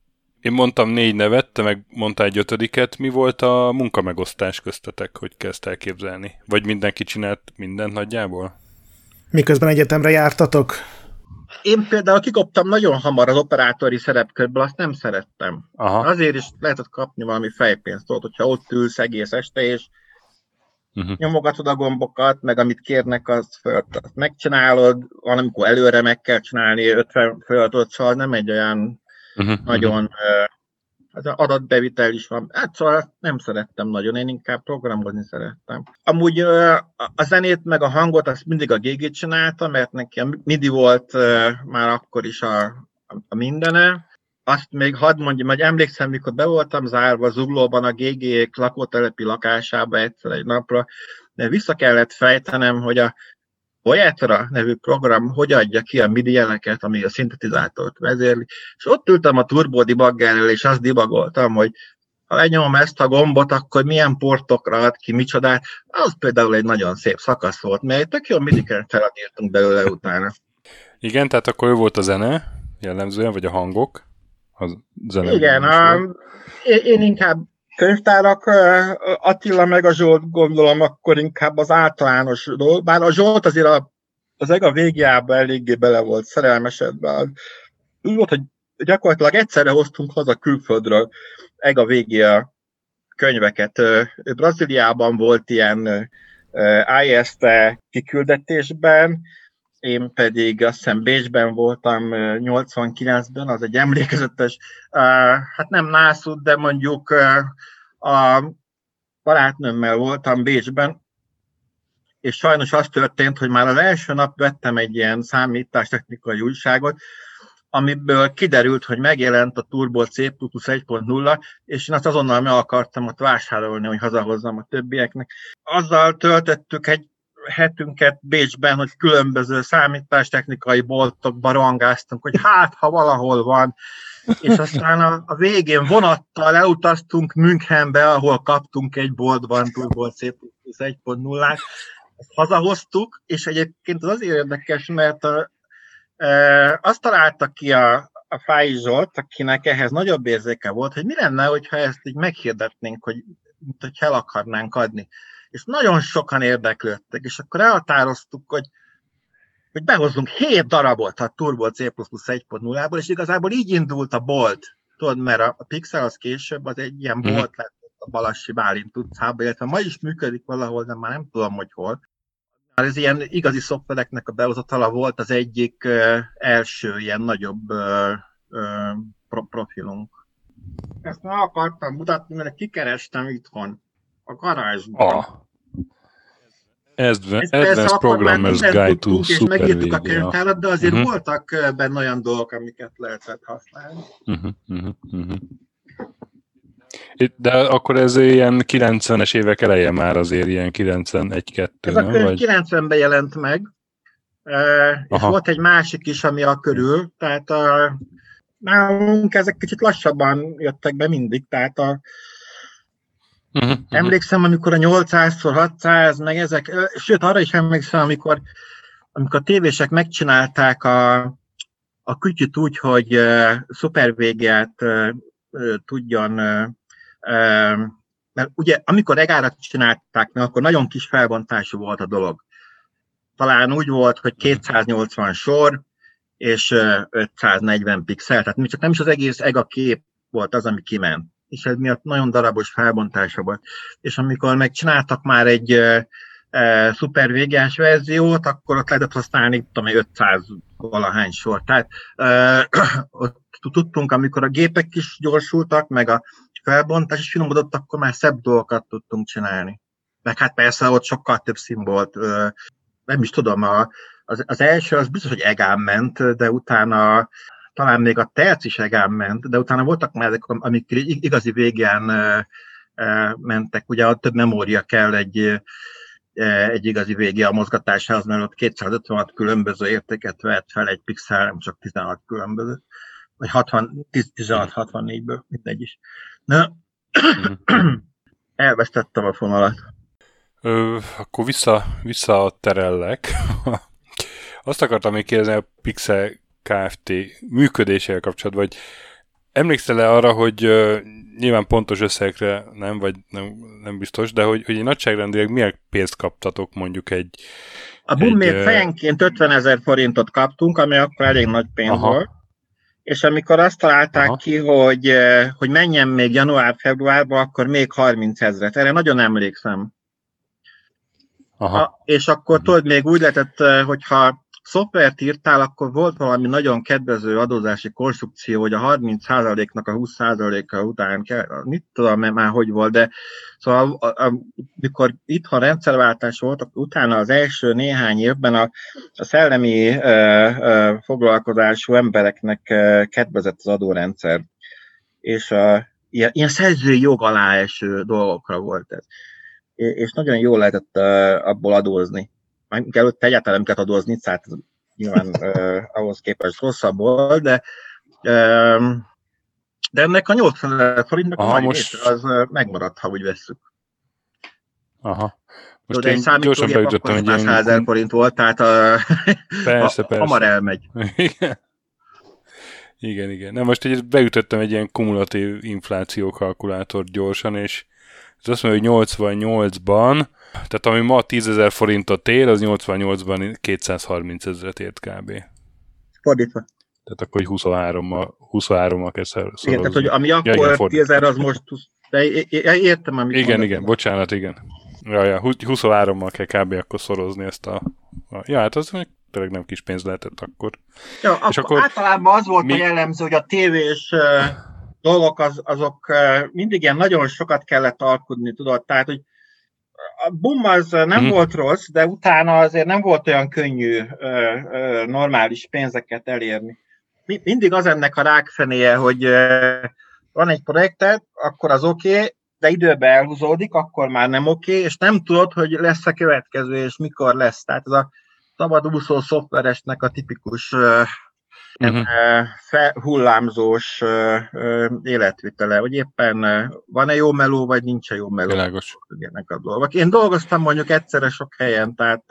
Én mondtam 4 nevet, te meg mondtál egy 5-et. Mi volt a munkamegosztás köztetek, hogy kezd elképzelni? Vagy mindenki csinált mindent nagyjából? Miközben egyetemre jártatok? Én például kikoptam nagyon hamar az operátori szerepkörből, azt nem szerettem. Aha. Azért is lehetett kapni valami fejpénzt, hogyha ott ülsz egész este, és nyomogatod a gombokat, meg amit kérnek, azt megcsinálod, valamikor előre meg kell csinálni 50 feladatot, szóval nem egy olyan nagyon az adatbevitel is van. Hát szóval nem szerettem nagyon, én inkább programozni szerettem. Amúgy a zenét meg a hangot azt mindig a GG csinálta, mert neki a MIDI volt már akkor is a mindene. Azt még hadd mondjam, hogy emlékszem, mikor be voltam zárva Zuglóban a GG-ék lakótelepi lakásába egyszer egy napra, de vissza kellett fejtenem, hogy a Voyetra nevű program hogy adja ki a MIDI jeleket, ami a szintetizátort vezérli. És ott ültem a Turbo Debuggerrel, és azt debugoltam, hogy ha lenyomom ezt a gombot, akkor milyen portokra ad ki, micsodát. Az például egy nagyon szép szakasz volt, mert tök jó MIDI-ket felírtunk belőle utána. Igen, tehát akkor ő volt a zene jellemzően, vagy a hangok? A zene. Igen, én inkább könyvtárak, Attila meg a Zsolt gondolom, akkor inkább az általános dolog. Bár a Zsolt azért az EGA végjába eléggé bele volt szerelmesedve. Úgy volt, hogy gyakorlatilag egyszerre hoztunk haza külföldről EGA végé könyveket. Brazíliában volt ilyen IST kiküldetésben, én pedig azt hiszem Bécsben voltam 89-ben, az egy emlékezetes, hát nem nászút, de mondjuk a barátnőmmel voltam Bécsben, és sajnos az történt, hogy már az első nap vettem egy ilyen számítástechnikai újságot, amiből kiderült, hogy megjelent a Turbo C++ 1.0, és én azt azonnal meg akartam ott vásárolni, hogy hazahozzam a többieknek. Azzal töltöttük egy hetünket Bécsben, hogy különböző számítástechnikai boltokba rohangáztunk, hogy hát, ha valahol van, és aztán a végén vonattal elutaztunk Münchenbe, ahol kaptunk egy boltban Turbo C++ 1.0-át, ezt hazahoztuk, és egyébként az azért érdekes, mert azt találta ki a Fáji Zsolt, akinek ehhez nagyobb érzéke volt, hogy mi lenne, hogyha ezt így meghirdetnénk, hogy el akarnánk adni. És nagyon sokan érdeklődtek, és akkor elhatároztuk, hogy behozzunk 7 darabot a Turbo C++ 1.0-ból, és igazából így indult a bolt. Tudod, mert a Pixel az később, az egy ilyen bolt lett a Balassi Bálint utcában, illetve ma is működik valahol, de már nem tudom, hogy hol. Ez ilyen igazi szoftvereknek a behozatala volt az egyik első ilyen nagyobb profilunk. Ezt meg akartam mutatni, mert kikerestem itthon, a garázsban. Advanced Programmer's Guide to Super megírtuk a könyvtárat, de azért voltak benne olyan dolgok, amiket lehetett használni. De akkor ez ilyen 90-es évek eleje már azért, ilyen 91-2, ez a könyv 90-ben jelent meg, és volt egy másik is, ami a körül, tehát nálunk ezek kicsit lassabban jöttek be mindig, tehát emlékszem, amikor a 800x600, meg ezek, sőt, arra is emlékszem, amikor a tévések megcsinálták a kütyüt úgy, hogy szuper VGA-t tudjon, mert ugye amikor EGA-ra csinálták meg, akkor nagyon kis felbontású volt a dolog. Talán úgy volt, hogy 280 sor, és 540 pixel, tehát csak nem is az egész EGA kép volt az, ami kiment. És ez miatt nagyon darabos felbontása volt. És amikor megcsináltak már egy szuper VGA-s verziót, akkor ott lehetett használni, tudom, 500 valahány sor. Tehát ott tudtunk, amikor a gépek is gyorsultak, meg a felbontás is finomodott, akkor már szebb dolgokat tudtunk csinálni. Meg hát persze ott sokkal több szín volt. Nem is tudom, az első az biztos, hogy EGA-n ment, de utána talán még a terc is EGA-n ment, de utána voltak már ezek, amik igazi VGA-n mentek. Ugye több memória kell egy igazi VGA mozgatásához, mert ott 256 különböző értéket vett fel egy pixel, nem csak 16 különböző. Vagy 16-64-ből, mindegy is. Na, elvesztettem a fonalat. Akkor visszaterellek. Azt akartam még kérdezni a Pixel Kft. Működésével kapcsolatban, hogy emlékszel-e arra, hogy nyilván pontos összegre nem, vagy nem biztos, de hogy nagyságrendileg milyen pénzt kaptatok mondjuk egy... A BUM még fejenként 50 000 forintot kaptunk, ami akkor elég nagy pénz volt. És amikor azt találták ki, hogy menjen még január-februárban, akkor még 30 000. Erre nagyon emlékszem. És akkor tudod, még úgy lehetett, hogyha szoftvert írtál, akkor volt valami nagyon kedvező adózási konstrukció, hogy a 30%-nak a 20%-a után kell, mit tudom már hogy volt, de szóval amikor itthon rendszerváltás volt, utána az első néhány évben a szellemi foglalkozású embereknek kedvezett az adórendszer. És ilyen szerzői jog alá eső dolgokra volt ez. És nagyon jól lehetett abból adózni. Előtte egyáltalán nem kellett adózni, tehát nyilván ahhoz képest rosszabb volt, de ennek a 80 000 forintnak a nagy része az megmaradt, ha úgy vesszük. Most én gyorsan beütöttem egy ilyen... 100 000 forint volt, tehát persze. Hamar elmegy. Igen. Na most beütöttem egy ilyen kumulatív infláció kalkulátort gyorsan, és ez azt mondja, hogy 88-ban, tehát ami ma 10 000 forintot ér, az 88-ban 230 000 ért kb. Fordítva. Tehát akkor 23-mal kell szorozni. Igen, tehát hogy ami akkor 10 000, az most... De értem, amit Igen, bocsánat, igen. Ja, 23-mal kell kb. Akkor szorozni ezt a... Ja, hát az tényleg nem kis pénz lehetett akkor. Ja, és akkor általában az volt a jellemző, hogy a tévés dolgok azok mindig ilyen nagyon sokat kellett alkudni, tudod, tehát, hogy a BUM az nem volt rossz, de utána azért nem volt olyan könnyű normális pénzeket elérni. Mindig az ennek a rákfenéje, hogy van egy projekted, akkor az oké, de időben elhúzódik, akkor már nem oké, és nem tudod, hogy lesz a következő, és mikor lesz. Tehát ez a szabadúszó szoftveresnek a tipikus hullámzós életvitele, hogy éppen van-e jó meló, vagy nincs-e jó meló. Világos. A dolgok. Én dolgoztam mondjuk egyszerre sok helyen, tehát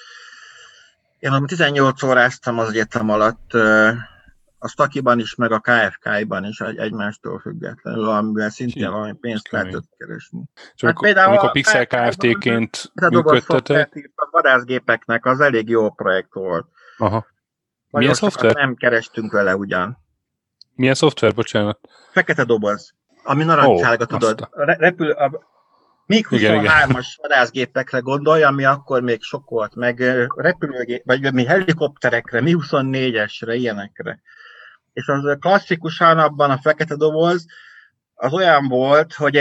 én 18 óráztam az egyetem alatt, a Stakiban is, meg a KFK-ban is egymástól függetlenül, amivel szintén valami pénzt lehetett keresni. Hát amikor Pixel Kft-ként működtetek? A vadászgépeknek az elég jó projekt volt. Milyen szoftver? Nem kerestünk vele ugyan. Milyen szoftver, bocsánat? Fekete doboz, ami narancssárga, tudod. Repül, még 23-as vadászgépekre gondolj, ami akkor még sok volt, meg repülőgép, vagy mi helikopterekre, mi 24-esre, ilyenekre. És az klasszikusan abban a fekete doboz az olyan volt, hogy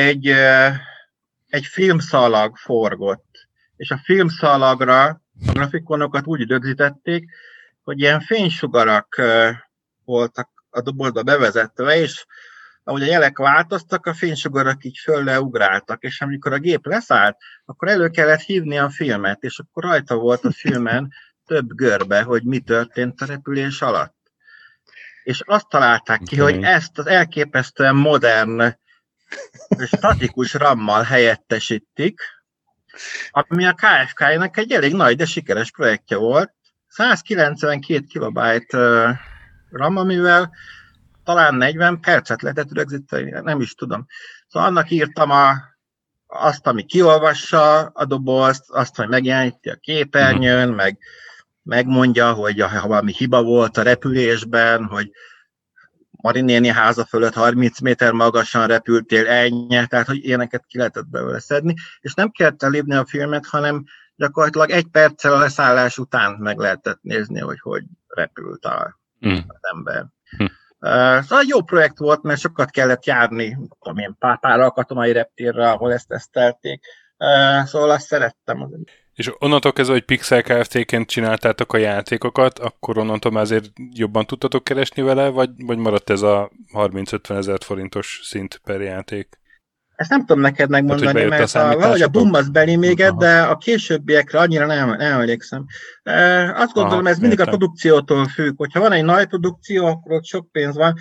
egy filmszalag forgott. És a filmszalagra a grafikonokat úgy rögzítették, hogy ilyen fénysugarak voltak a dobozba bevezetve, és ahogy a jelek változtak, a fénysugarak így fölle ugráltak, és amikor a gép leszállt, akkor elő kellett hívni a filmet, és akkor rajta volt a filmen több görbe, hogy mi történt a repülés alatt. És azt találták ki, hogy ezt az elképesztően modern, statikus RAM-mal helyettesítik, ami a KFK-nek egy elég nagy, de sikeres projektje volt. 192 kilobyte RAM, amivel talán 40 percet lehetett rögzíteni, nem is tudom. Szóval annak írtam azt, ami kiolvassa a dobozt, azt, hogy megjeleníti a képernyőn, meg megmondja, hogy ha valami hiba volt a repülésben, hogy Mari néni háza fölött 30 méter magasan repültél, ennyi, tehát hogy ilyeneket ki lehetett belőle szedni, és nem kellett elépni a filmet, hanem gyakorlatilag 1 perccel a leszállás után meg lehetett nézni, hogy repült az ember. Szóval jó projekt volt, mert sokat kellett járni, tudom én, Pápára, a katonai reptérre, ahol ezt tesztelték. Szóval azt szerettem. És onnantól kezdve, hogy Pixel Kft-ként csináltátok a játékokat, akkor onnantól már azért jobban tudtatok keresni vele, vagy maradt ez a 30-50 000 forintos szint per játék? Ezt nem tudom neked megmondani, hát, mert valahogy a BUM az beli még, de a későbbiekre annyira nem emlékszem. Azt gondolom, ez mindig a produkciótól függ. Hogyha van egy nagy produkció, akkor ott sok pénz van.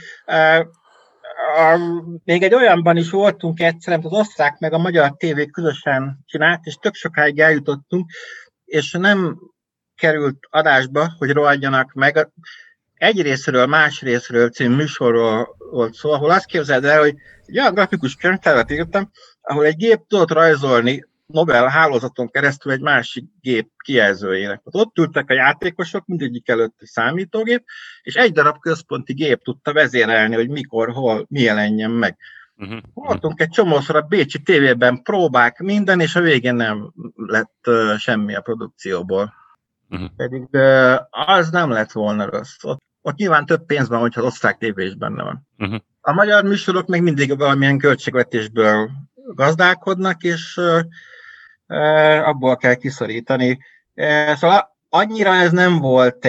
Még egy olyanban is voltunk egyszer, az osztrák meg a magyar tévé közösen csinált, és tök sokáig eljutottunk, és nem került adásba, hogy rohadjanak meg. Egy részről, más részről című műsorról volt szó, ahol azt képzeld el, hogy egy olyan grafikus könyvtárat írtam, ahol egy gép tudott rajzolni Nobel hálózaton keresztül egy másik gép kijelzőjének. Ott ültek a játékosok, mindegyik előtt egy számítógép, és egy darab központi gép tudta vezérelni, hogy mikor, hol, mi jelenjen meg. Voltunk egy csomószor a bécsi tévében próbák, minden, és a végén nem lett semmi a produkcióból. Pedig az nem lett volna rossz. Ott nyilván több pénz van, hogyha az osztrák tévé is benne van. A magyar műsorok meg mindig valamilyen költségvetésből gazdálkodnak, és abból kell kiszorítani. Szóval annyira ez nem volt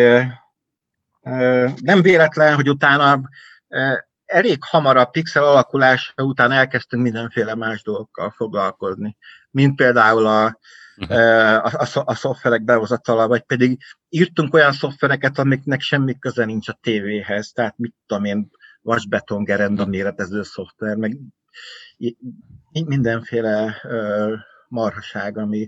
nem véletlen, hogy utána elég hamar a Pixel alakulása után elkezdtünk mindenféle más dolgokkal foglalkozni, mint például a szoftverek behozatala, vagy pedig írtunk olyan szoftvereket, amiknek semmi köze nincs a tévéhez, tehát mit tudom én, vasbetongerenda méretező szoftver, meg mindenféle marhaság, ami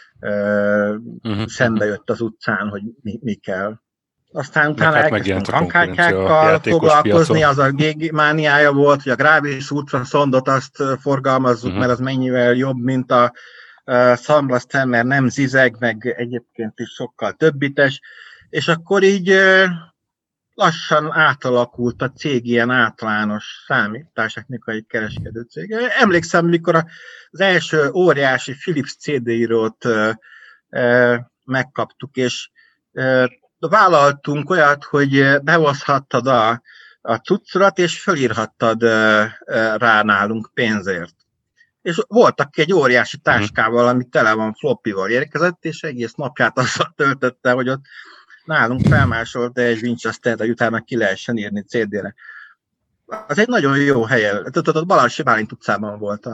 szembe jött az utcán, hogy mi kell. Aztán utána elkezdtünk hangkártyákkal foglalkozni, piacon. Az a mániája volt, hogy a Gravis ultraszondot azt forgalmazzuk, mert az mennyivel jobb, mint a Sunblaster, mert nem zizeg, meg egyébként is sokkal többites, és akkor így lassan átalakult a cég ilyen általános számítástechnikai kereskedő cég. Emlékszem, mikor az első óriási Philips CD-írót megkaptuk, és vállaltunk olyat, hogy behozhattad a cuccodat, és fölírhattad rá nálunk pénzért. És volt, aki egy óriási táskával, ami tele van floppyval érkezett, és egész napját azzal töltötte, hogy ott nálunk felmásolta egy Winchester-t, hogy utána ki lehessen írni CD-re. Az egy nagyon jó helyen. Ott Balassi Bálint utcában volt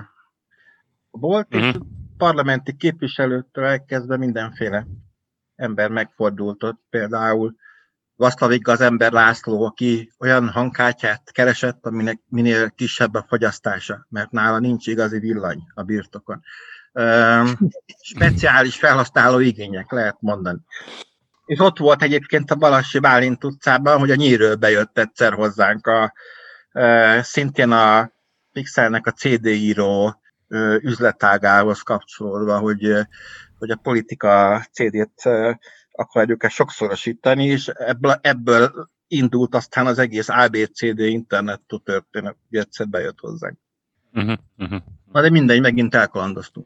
és parlamenti képviselőtől elkezdve mindenféle ember megfordult ott. Például Vaszlavik az ember László, aki olyan hangkártyát keresett, aminek minél kisebb a fogyasztása, mert nála nincs igazi villany a birtokon. Speciális felhasználó igények, lehet mondani. És ott volt egyébként a Balassi Bálint utcában, hogy a Nyíről bejött egyszer hozzánk szintén a Pixelnek a CD-író üzletágához kapcsolódva, hogy a politika CD-t akarjuk sokszorosítani, és ebből indult aztán az egész ABCD internettől történet, hogy egyszer bejött hozzánk. Na de mindegy, megint elkalandoztunk.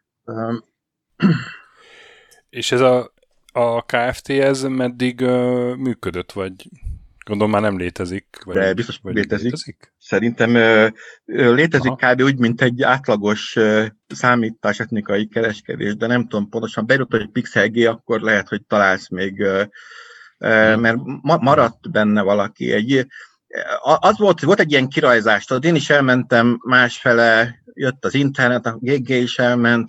És ez a KFT ez meddig működött, vagy gondolom már nem létezik? Vagy, de biztos vagy létezik. Szerintem létezik kb. Úgy, mint egy átlagos számítástechnikai kereskedés, de nem tudom pontosan, beírod, hogy Pixel G, akkor lehet, hogy találsz még, mert maradt benne valaki. Az volt egy ilyen kirajzás, tudod, én is elmentem másfele, jött az internet, a GG is elment,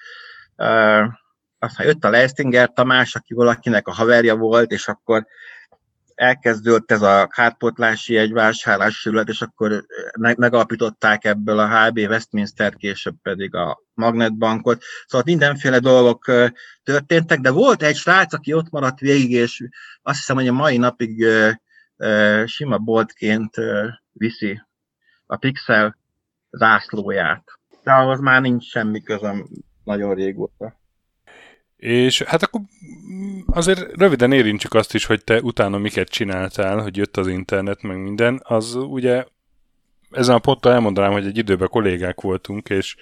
aztán jött a Leistinger Tamás, aki valakinek a haverja volt, és akkor elkezdődött ez a kárpótlási egyvásárlási terület, és akkor megalapították ebből a HB Westminster, később pedig a Magnetbankot. Szóval mindenféle dolgok történtek, de volt egy srác, aki ott maradt végig, és azt hiszem, hogy a mai napig sima boltként viszi a Pixel zászlóját. De ahhoz már nincs semmi közöm nagyon régóta. És hát akkor azért röviden érintsük azt is, hogy te utána miket csináltál, hogy jött az internet, meg minden. Az ugye ezen a ponton elmondanám, hogy egy időben kollégák voltunk, és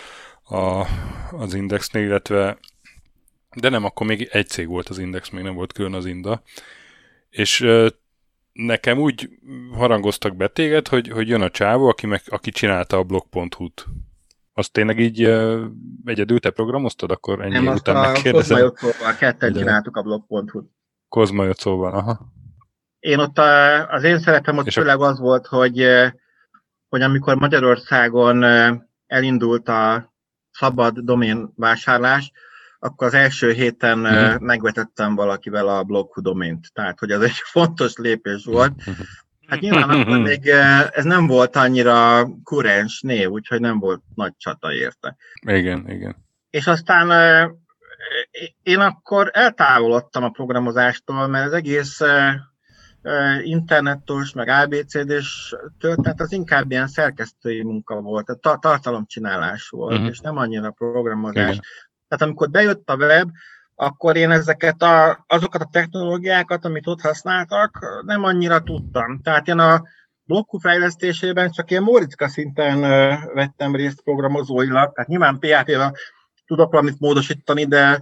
az Indexnél, illetve de nem, akkor még egy cég volt az Index, még nem volt külön az Inda. És nekem úgy harangoztak be téged, hogy jön a csávó, aki csinálta a blog.hu-t. Azt tényleg így egyedül te programoztad, akkor ennyi nem, után megkérdezem. Nem, azt a Kozma Jocóval ketten csináltuk a blog.hu-t. Kozma Jocóval, aha. Én ott az én szerepem ott főleg az volt, hogy amikor Magyarországon elindult a szabad domén vásárlás, akkor az első héten megvetettem valakivel a blog.hu domént. Tehát, hogy ez egy fontos lépés volt. Hát nyilván akkor még ez nem volt annyira kurens név, úgyhogy nem volt nagy csata érte. Igen. És aztán én akkor eltávolodtam a programozástól, mert az egész internetos, meg ABCD-s történet, az inkább ilyen szerkesztői munka volt, tartalomcsinálás volt, és nem annyira programozás. Igen. Tehát amikor bejött a web, akkor én ezeket azokat a technológiákat, amit ott használtak, nem annyira tudtam. Tehát én a blokkú fejlesztésében csak ilyen Móriczka szinten vettem részt programozóilag, tehát nyilván PHP-vel tudok valamit módosítani, de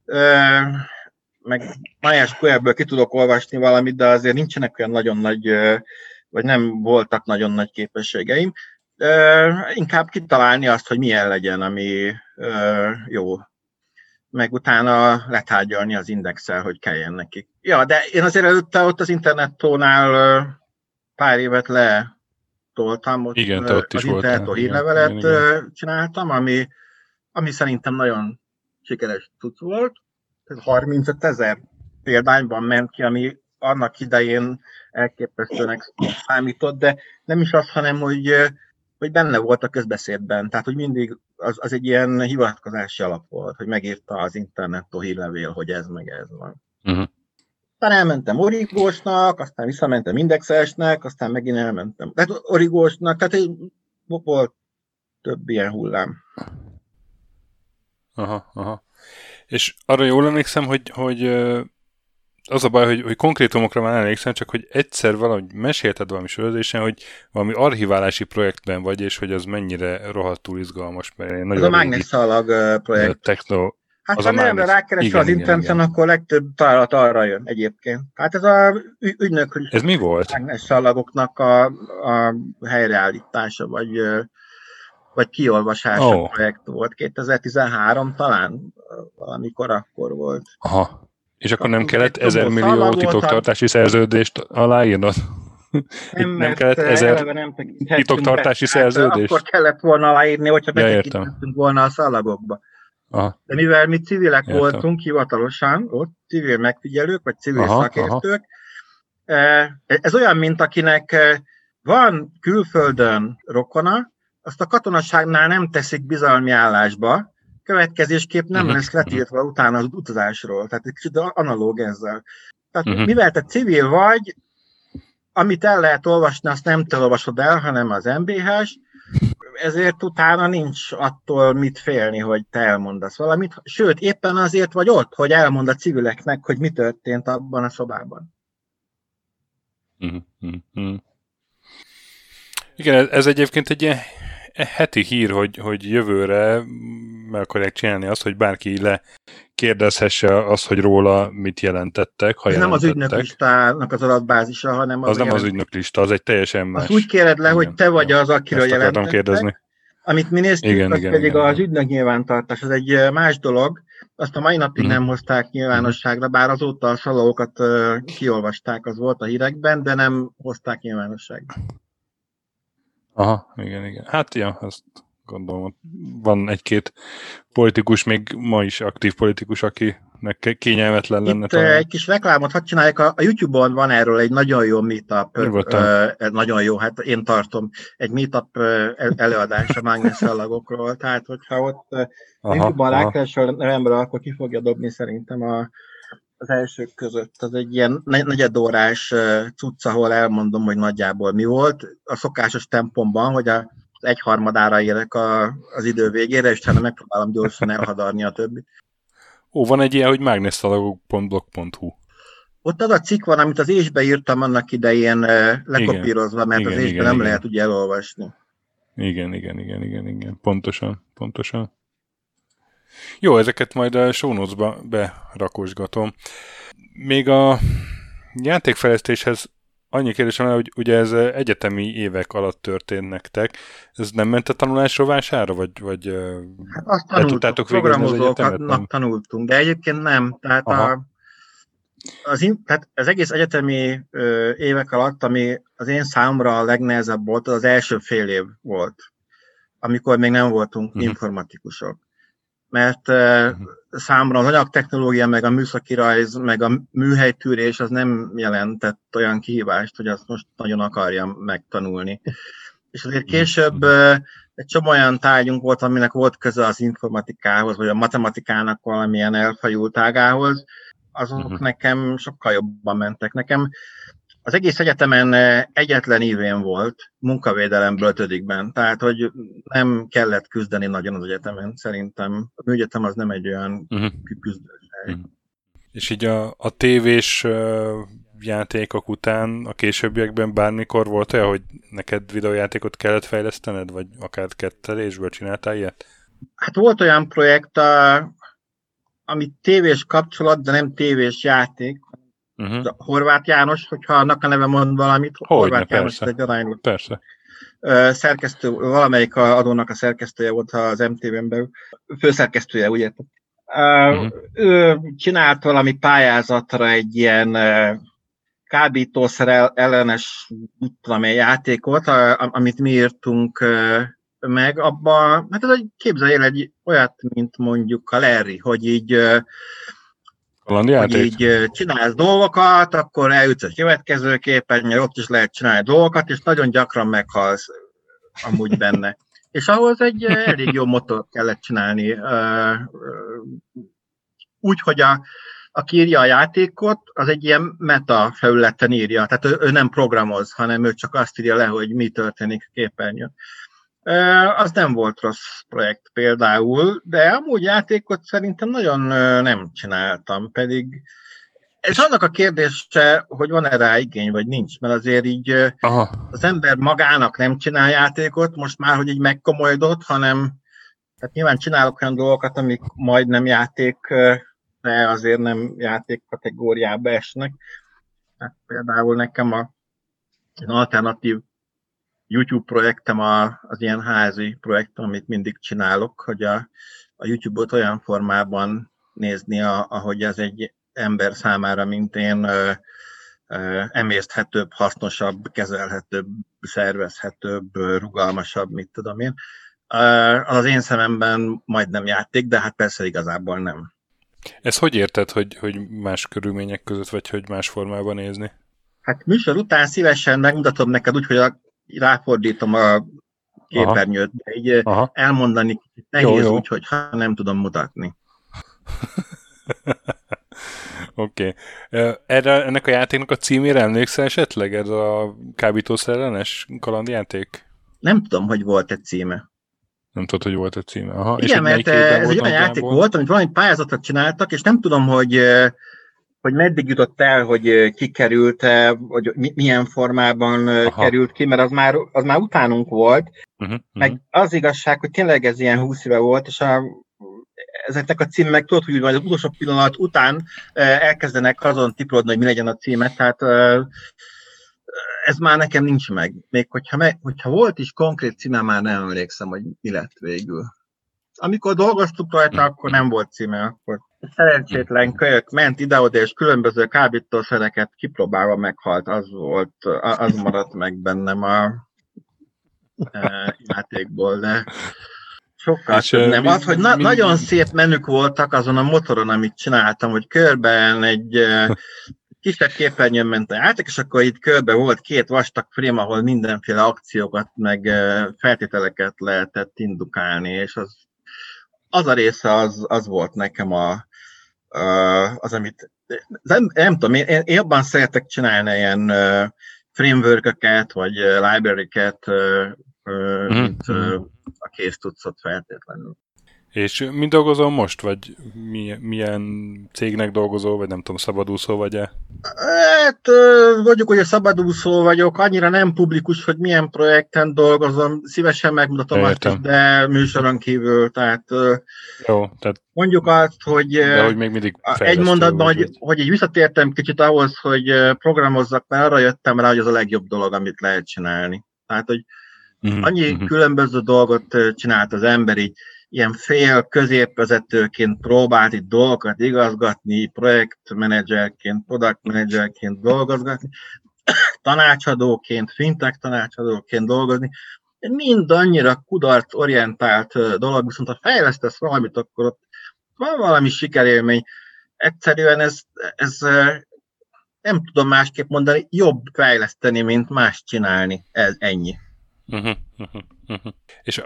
meg MySQL-ből ki tudok olvasni valamit, de azért nincsenek olyan nagyon nagy, vagy nem voltak nagyon nagy képességeim. Inkább kitalálni azt, hogy milyen legyen, ami jó. Meg utána letárgyalni az indexel, hogy kelljen nekik. Ja, de én azért előtte ott az Internettónál pár évet letoltam, ott, igen, ott az Internettó hírlevelet csináltam, ami szerintem nagyon sikeres cucc volt. 35 000 példányban ment ki, ami annak idején elképesztőnek számított, de nem is az, hanem, hogy benne volt a közbeszédben. Tehát, hogy mindig az egy ilyen hivatkozási alap volt, hogy megírta az Internettó hírlevél, hogy ez meg ez van. Aztán elmentem origósnak, aztán visszamentem indexesnek, aztán megint elmentem origósnak, tehát volt több ilyen hullám. Aha. És arra jól emlékszem, hogy az a baj, hogy konkrétumokra már emlékszem, csak hogy egyszer valahogy mesélted valami sörözésen, hogy valami archiválási projektben vagy, és hogy az mennyire rohadtul izgalmas. Mert az a mágnesszalag projekt. Hát az ha nem rákeresel az interneten, akkor legtöbb találat arra jön egyébként. Hát ez a ügynöklés. Ez mi volt? Mágnesszalagoknak a helyreállítása, vagy kiolvasása projekt volt. 2013 talán, valamikor akkor volt. Aha. És akkor nem kellett 1000 millió titoktartási szerződést aláírnod? Nem kellett 1000 titoktartási szerződést? Akkor kellett volna aláírni, hogyha betekintettünk volna a szalagokba. Aha. De mivel mi civilek voltunk hivatalosan, ott civil megfigyelők, vagy civil szakértők, ez olyan, mint akinek van külföldön rokona, azt a katonaságnál nem teszik bizalmi állásba, következésképp nem lesz letiltva utána az utazásról. Tehát egy kicsit analóg ezzel. Tehát mivel te civil vagy, amit el lehet olvasni, azt nem te olvasod el, hanem az MBH-s, ezért utána nincs attól mit félni, hogy te elmondasz valamit. Sőt, éppen azért vagy ott, hogy elmond a civileknek, hogy mi történt abban a szobában. Igen, ez egyébként egy ilyen heti hír, hogy jövőre meg akarják csinálni azt, hogy bárki kérdezhesse azt, hogy róla mit jelentettek, ha ez jelentettek. Nem az ügynöklistának az adatbázisa, hanem az nem az ügynöklista, az egy teljesen más. Azt úgy kéred le, hogy te vagy az, akiről jelentettek. Kérdezni. Amit mi néztük, az pedig az ügynök nyilvántartás. Ez egy más dolog. Azt a mai napig nem hozták nyilvánosságra, bár azóta a szalagokat kiolvasták, az volt a hírekben, de nem hozták nyilvánosságra. Aha, igen. Hát ja, azt gondolom, van egy-két politikus, még ma is aktív politikus, akinek kényelmetlen lenne. Itt egy kis reklámot hadd csinálják, a YouTube-on van erről egy nagyon jó meetup, nagyon jó, hát én tartom, egy meetup előadás a mágnesszalagokról, tehát hogyha ott YouTube-on rákeresel nevemre, akkor ki fogja dobni szerintem az elsők között. Az egy ilyen negyedórás cucc, ahol elmondom, hogy nagyjából mi volt. A szokásos tempomban, hogy az 1/3 érek az idő végére, és utána megpróbálom gyorsan elhadarni a többit. Van egy ilyen, hogy mágnesszalagok.blog.hu. Ott az a cikk van, amit az ésbe írtam annak idején lekopírozva, mert az ésbe nem lehet ugye elolvasni. Igen. Pontosan. Jó, ezeket majd a show notes-ba berakosgatom. Még a játékfejlesztéshez annyi kérdésem van, hogy ugye ez egyetemi évek alatt történt nektek. Ez nem ment a tanulás rovására? Vagy hát azt tanultuk, programozóknak tanultunk, de egyébként nem. Tehát, tehát az egész egyetemi évek alatt, ami az én számomra a legnehezebb volt, az első fél év volt, amikor még nem voltunk informatikusok. Mert számomra az anyagtechnológia, meg a műszaki rajz, meg a műhelytűrés az nem jelentett olyan kihívást, hogy azt most nagyon akarjam megtanulni. És azért később egy csomó olyan tárgyunk volt, aminek volt köze az informatikához, vagy a matematikának valamilyen elfajult ágához, azok nekem sokkal jobban mentek. Nekem Az egész egyetemen egyetlen évén volt munkavédelemből 5-ben, tehát hogy nem kellett küzdeni nagyon az egyetemen, szerintem. A műegyetem az nem egy olyan küzdős hely. És így a tévés játékok után a későbbiekben bármikor volt olyan, hogy neked videójátékot kellett fejlesztened, vagy akár kettelésből csináltál ilyet? Hát volt olyan projekt, ami tévés kapcsolat, de nem tévés játék. Horváth János, hogyha annak a neve mond valamit. Horváth János egy aránylag. Persze. Szerkesztő, valamelyik adónak a szerkesztője volt az MTV-n belül. Főszerkesztője, úgy értem. Ő csinált valami pályázatra egy ilyen kábítószer ellenes játékot, amit mi írtunk meg. Abban, hát ez képzelj egy olyat, mint mondjuk a Larry, hogy így csinálsz dolgokat, akkor eljutsz a következő képernyőre, ott is lehet csinálni dolgokat, és nagyon gyakran meghalsz amúgy benne. És ahhoz egy elég jó motort kellett csinálni. Úgy, hogy aki írja a játékot, az egy ilyen meta felületen írja. Tehát ő nem programoz, hanem ő csak azt írja le, hogy mi történik a képernyőn. Az nem volt rossz projekt például, de amúgy játékot szerintem nagyon nem csináltam, pedig ez annak a kérdése, hogy van-e rá igény, vagy nincs, mert azért így az ember magának nem csinál játékot, most már, hogy így megkomolyodott, hanem tehát nyilván csinálok olyan dolgokat, amik majdnem játék, de azért nem játék kategóriába esnek. Hát például nekem az alternatív YouTube projektem az ilyen házi projekt, amit mindig csinálok, hogy a YouTube-ot olyan formában nézni, ahogy ez egy ember számára, mint én, emészthetőbb, hasznosabb, kezelhetőbb, szervezhetőbb, rugalmasabb, mit tudom én. Az én szememben majdnem játék, de hát persze igazából nem. Ez hogy érted, hogy más körülmények között, vagy hogy más formában nézni? Hát műsor után szívesen megmutatom neked úgy, hogy ráfordítom a képernyőt, de így elmondani nehéz úgy, hogyha nem tudom mutatni. Oké. Ennek a játéknak a címére emlékszel esetleg? Ez a kábítószerellenes kalandjáték? Nem tudom, hogy volt egy címe. Nem tudod, hogy volt egy címe. Aha. Igen, mert ez egy olyan játék volt, amit valami pályázatot csináltak, és nem tudom, hogy meddig jutott el, hogy kikerült-e, hogy milyen formában került ki, mert az már utánunk volt. Meg az igazság, hogy tényleg ez ilyen 20 éve volt, és ezeknek a címek tudod, hogy majd az utolsó pillanat után elkezdenek azon tiplodni, hogy mi legyen a címe, tehát ez már nekem nincs meg. Még hogyha volt is konkrét címe, már nem emlékszem, hogy mi lett végül. Amikor dolgoztuk rajta, akkor nem volt címe, akkor szerencsétlen kölyök ment ide-oda, és különböző kábítószereket kipróbálva meghalt. Az maradt meg bennem a játékból, de sokkal több nem. Az, hogy nagyon szép menük voltak azon a motoron, amit csináltam, hogy körben egy kisebb képernyőn ment a játék, és akkor itt körbe volt 2 vastag frame, ahol mindenféle akciókat, meg feltételeket lehetett indukálni, és az a része az volt nekem az, amit nem tudom, én jobban szeretek csinálni ilyen framework-öket, vagy library-ket, mint a kész tudszot feltétlenül. És mi dolgozol most? Vagy milyen cégnek dolgozol, vagy nem tudom, szabadúszó vagy-e? Hát, mondjuk, hogy a szabadúszó vagyok, annyira nem publikus, hogy milyen projekten dolgozom, szívesen megmutatom azt is, de műsoron kívül, tehát, jó, tehát mondjuk azt, hogy, hogy még mindig egy mondatban, hogy így visszatértem kicsit ahhoz, hogy programozzak, mert arra jöttem rá, hogy az a legjobb dolog, amit lehet csinálni. Tehát, hogy annyi különböző dolgot csinált az ember, így ilyen fél középvezetőként próbált itt dolgokat igazgatni, projektmenedzserként, product-menedzserként dolgozgatni, tanácsadóként, fintech tanácsadóként dolgozni. Mind annyira kudarc-orientált dolog, viszont ha fejlesztesz valamit, akkor ott van valami sikerélmény. Egyszerűen ez nem tudom másképp mondani, jobb fejleszteni, mint más csinálni. Ez ennyi. És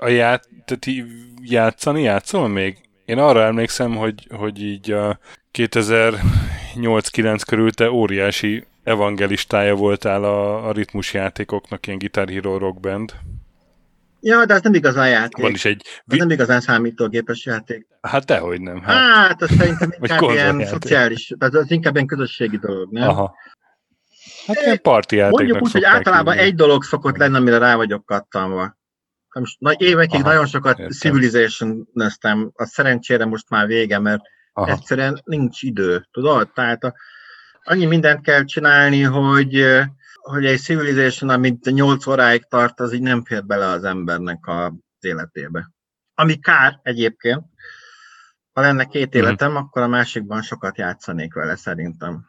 játszol még? Én arra emlékszem, hogy így a 2008-9 körül te óriási evangelistája voltál a ritmusjátékoknak, ilyen Guitar Hero Rock Band. Ja, de ez nem igazán játék. Van is egy... Ez nem igazán számítógépes játék. Hát dehogy nem. Hát az szerintem inkább ilyen szociális, az inkább ilyen közösségi dolog, nem? Aha. Hát ilyen parti játéknak mondjuk úgy, hogy általában hívni. Egy dolog szokott lenni, amire rá vagyok kattanva. Most évekig nagyon sokat Civilization-neztem, az szerencsére most már vége, mert egyszerűen nincs idő, tudod? Tehát annyi mindent kell csinálni, hogy egy Civilization, amit 8 óráig tart, az így nem fér bele az embernek az életébe. Ami kár egyébként. Ha lenne 2 életem, akkor a másikban sokat játszanék vele szerintem.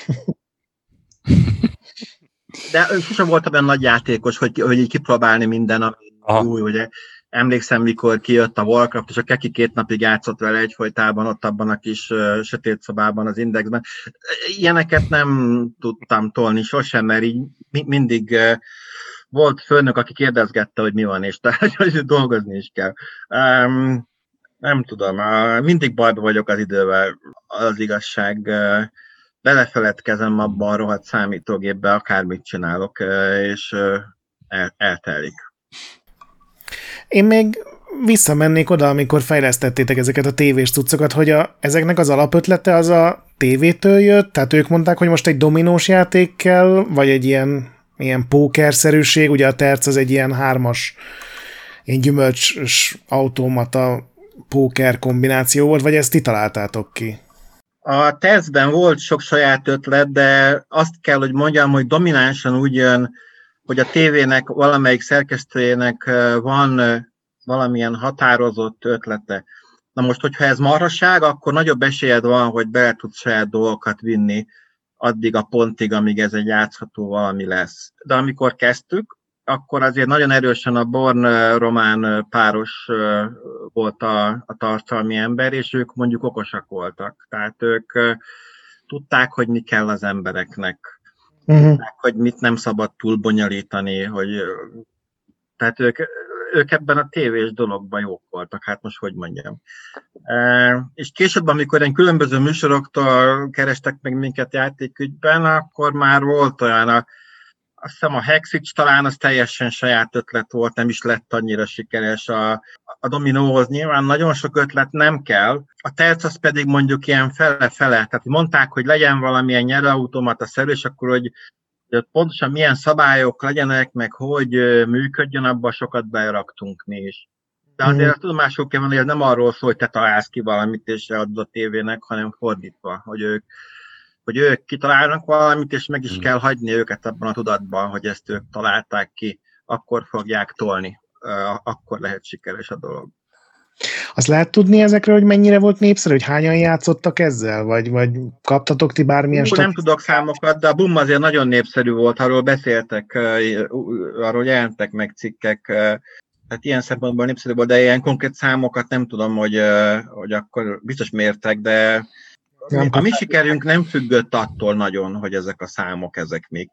De sosem voltam olyan nagy játékos, hogy így kipróbálni minden, ami új, ugye. Emlékszem, mikor kijött a Warcraft, és a Keki 2 napig játszott vele egyfolytában, ott abban a kis sötét szobában, az Indexben. Ilyeneket nem tudtam tolni sosem, mert így mindig volt főnök, aki kérdezgette, hogy mi van, és hogy dolgozni is kell. Nem tudom, mindig bajba vagyok az idővel, az igazság. Belefeledkezem abban a rohadt számítógépbe, akármit csinálok, és eltelik. Én még visszamennék oda, amikor fejlesztettétek ezeket a tévés cuccokat, hogy ezeknek az alapötlete az a tévétől jött, tehát ők mondták, hogy most egy dominós játék kell, vagy egy ilyen pókerszerűség, ugye a terc az egy ilyen 3-as, ilyen gyümölcs automata póker kombináció volt, vagy ezt ti találtátok ki? A tercben volt sok saját ötlet, de azt kell, hogy mondjam, hogy dominánsan úgy jön, hogy a tévének valamelyik szerkesztőjének van valamilyen határozott ötlete. Na most, hogyha ez marhaság, akkor nagyobb esélyed van, hogy bele tudsz saját dolgokat vinni addig a pontig, amíg ez egy játszható valami lesz. De amikor kezdtük, akkor azért nagyon erősen a Born-Román páros volt a tartalmi ember, és ők mondjuk okosak voltak. Tehát ők tudták, hogy mi kell az embereknek. Tudták, hogy mit nem szabad túl bonyolítani, tehát ők ebben a tévés dologban jók voltak, hát most hogy mondjam. És később, amikor ilyen különböző műsoroktól kerestek meg minket játékügyben, akkor már volt olyan, azt hiszem a Hexwitch talán az teljesen saját ötlet volt, nem is lett annyira sikeres. A Dominóhoz nyilván nagyon sok ötlet nem kell, a terc az pedig mondjuk ilyen fele-fele, tehát mondták, hogy legyen valamilyen nyerőautomata-szerű, és akkor, hogy pontosan milyen szabályok legyenek, meg hogy működjön, abban sokat beraktunk mi is. De azért azt tudomásul kell mondani, hogy ez nem arról szól, hogy te találsz ki valamit, és adod a tévének, hanem fordítva, hogy ők kitalálnak valamit, és meg is kell hagyni őket abban a tudatban, hogy ezt ők találták ki, akkor fogják tolni, akkor lehet sikeres a dolog. Azt lehet tudni ezekről, hogy mennyire volt népszerű, hogy hányan játszottak ezzel, vagy kaptatok ti bármilyen Nem tudok számokat, de a Boom azért nagyon népszerű volt, arról beszéltek, arról jelentek meg cikkek, tehát ilyen szempontból népszerű volt, de ilyen konkrét számokat nem tudom, hogy akkor biztos mértek, de a mi sikerünk nem függött attól nagyon, hogy ezek a számok, ezek mik.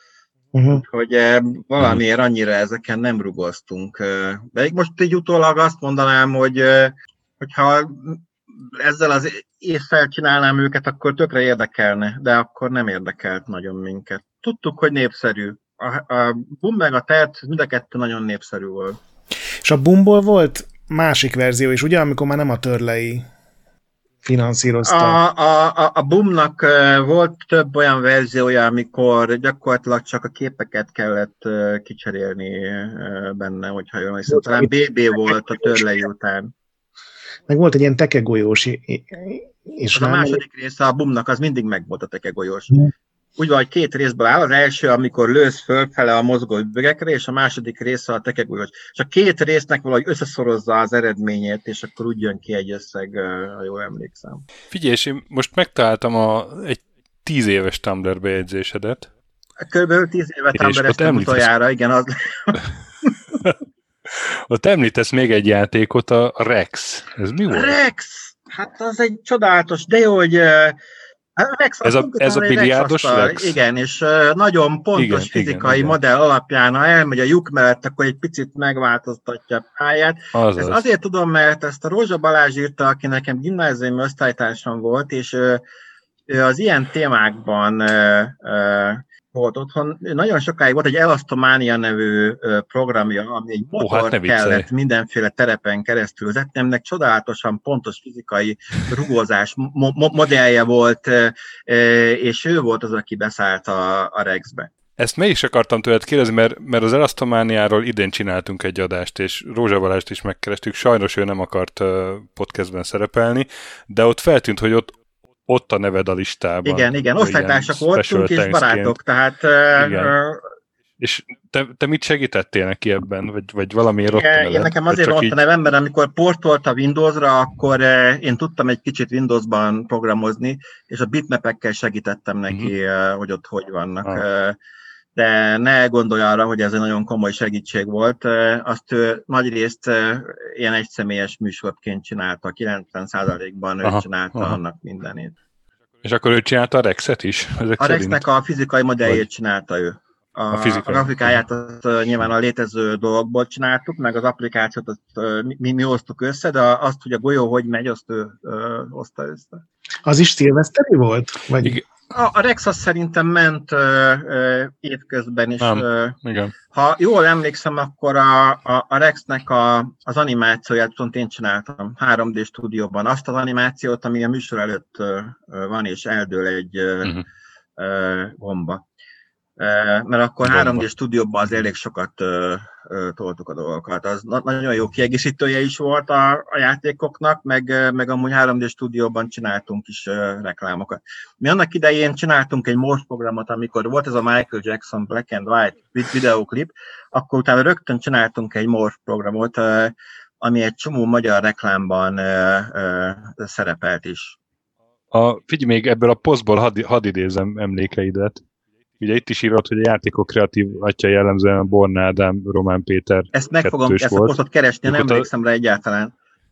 Hogy valamiért annyira ezeken nem rugoztunk. De most így utólag azt mondanám, hogyha ezzel az észszel csinálnám őket, akkor tökre érdekelne, de akkor nem érdekelt nagyon minket. Tudtuk, hogy népszerű. A Boom meg a Terc mind a kettő nagyon népszerű volt. És a Boomból volt másik verzió is, ugye, amikor már nem a Törlei finanszírozta. A Boomnak volt több olyan verziója, amikor gyakorlatilag csak a képeket kellett kicserélni benne, hogyha jól hiszem. Talán BB volt a Törlei után. Meg volt egy ilyen tekegolyós is. A második része a Boomnak az mindig megvolt a tekegolyós. Úgy van, hogy 2 részből áll. Az első, amikor lősz fölfele a mozgó üvegekre, és a második része a tekegolyós. És a 2 résznek valahogy összeszorozza az eredményét, és akkor úgy jön ki egy összeg, ha jól emlékszem. Figyelj, és én most megtaláltam egy 10 éves Tumblr bejegyzésedet. Körülbelül 10 éve Tumblr-eztem utoljára, igen, az... Ott említesz még egy játékot, a Rex. Ez mi volt? Rex! Hát az egy csodálatos, de jó, hogy... Rex, ez a biliárdos Rex? Igen, és nagyon pontos fizikai modell alapján, ha elmegy a lyuk mellett, akkor egy picit megváltoztatja a pályát. Ezt azért tudom, mert ezt a Rózsa Balázs írta, aki nekem gimnáziumi osztálytársam volt, és az ilyen témákban volt otthon. Nagyon sokáig volt egy Elastomania nevű programja, ami egy motort kellett mindenféle terepen keresztül vezetni, aminek csodálatosan pontos fizikai rugózás modellje volt, és ő volt az, aki beszállt a Rexbe. Ezt meg is akartam tőled kérdezni, mert az Elastomaniáról idén csináltunk egy adást, és Rózsa Balást is megkerestük. Sajnos ő nem akart podcastben szerepelni, de ott feltűnt, hogy ott a neved a listában. Igen, osztálytársak voltunk, és barátok, tehát... És te mit segítettél neki ebben? Vagy valamiért ott a neved? Nekem azért ott a nevem, mert amikor portolt a Windowsra, akkor én tudtam egy kicsit Windowsban programozni, és a bitmapekkel segítettem neki, hogy ott hogy vannak. De ne gondolj arra, hogy ez egy nagyon komoly segítség volt. Azt ő nagyrészt ilyen egyszemélyes műsorként csinálta, 90%-ban ő csinálta annak mindenét. És akkor ő csinálta a Rexet is? A Rexnek a fizikai modelljét csinálta ő. A grafikáját nyilván a létező dolgokból csináltuk, meg az applikációt mi hoztuk össze, de azt, hogy a golyó hogy megy, azt ő hozta össze. Az is szilveszteri volt? Vagy... A Rex az szerintem ment évközben is. Igen. Ha jól emlékszem, akkor a Rexnek az animációját viszont én csináltam 3D stúdióban. Azt az animációt, ami a műsor előtt van, és eldől egy gomba. Mert akkor 3D stúdióban az elég sokat toltuk a dolgokat. Az nagyon jó kiegészítője is volt a játékoknak, meg amúgy 3D stúdióban csináltunk is reklámokat. Mi annak idején csináltunk egy Morse programot, amikor volt ez a Michael Jackson Black and White videoklip, akkor utána rögtön csináltunk egy Morse programot, ami egy csomó magyar reklámban szerepelt is. Figyelj, még ebből a posztból hadd idézem emlékeidet. Ugye itt is írod, hogy a játékok kreatív atya jellemzően Born Ádám, Román Péter ezt meg fogom ezt a posztot keresni, nem emlékszem rá egyáltalán.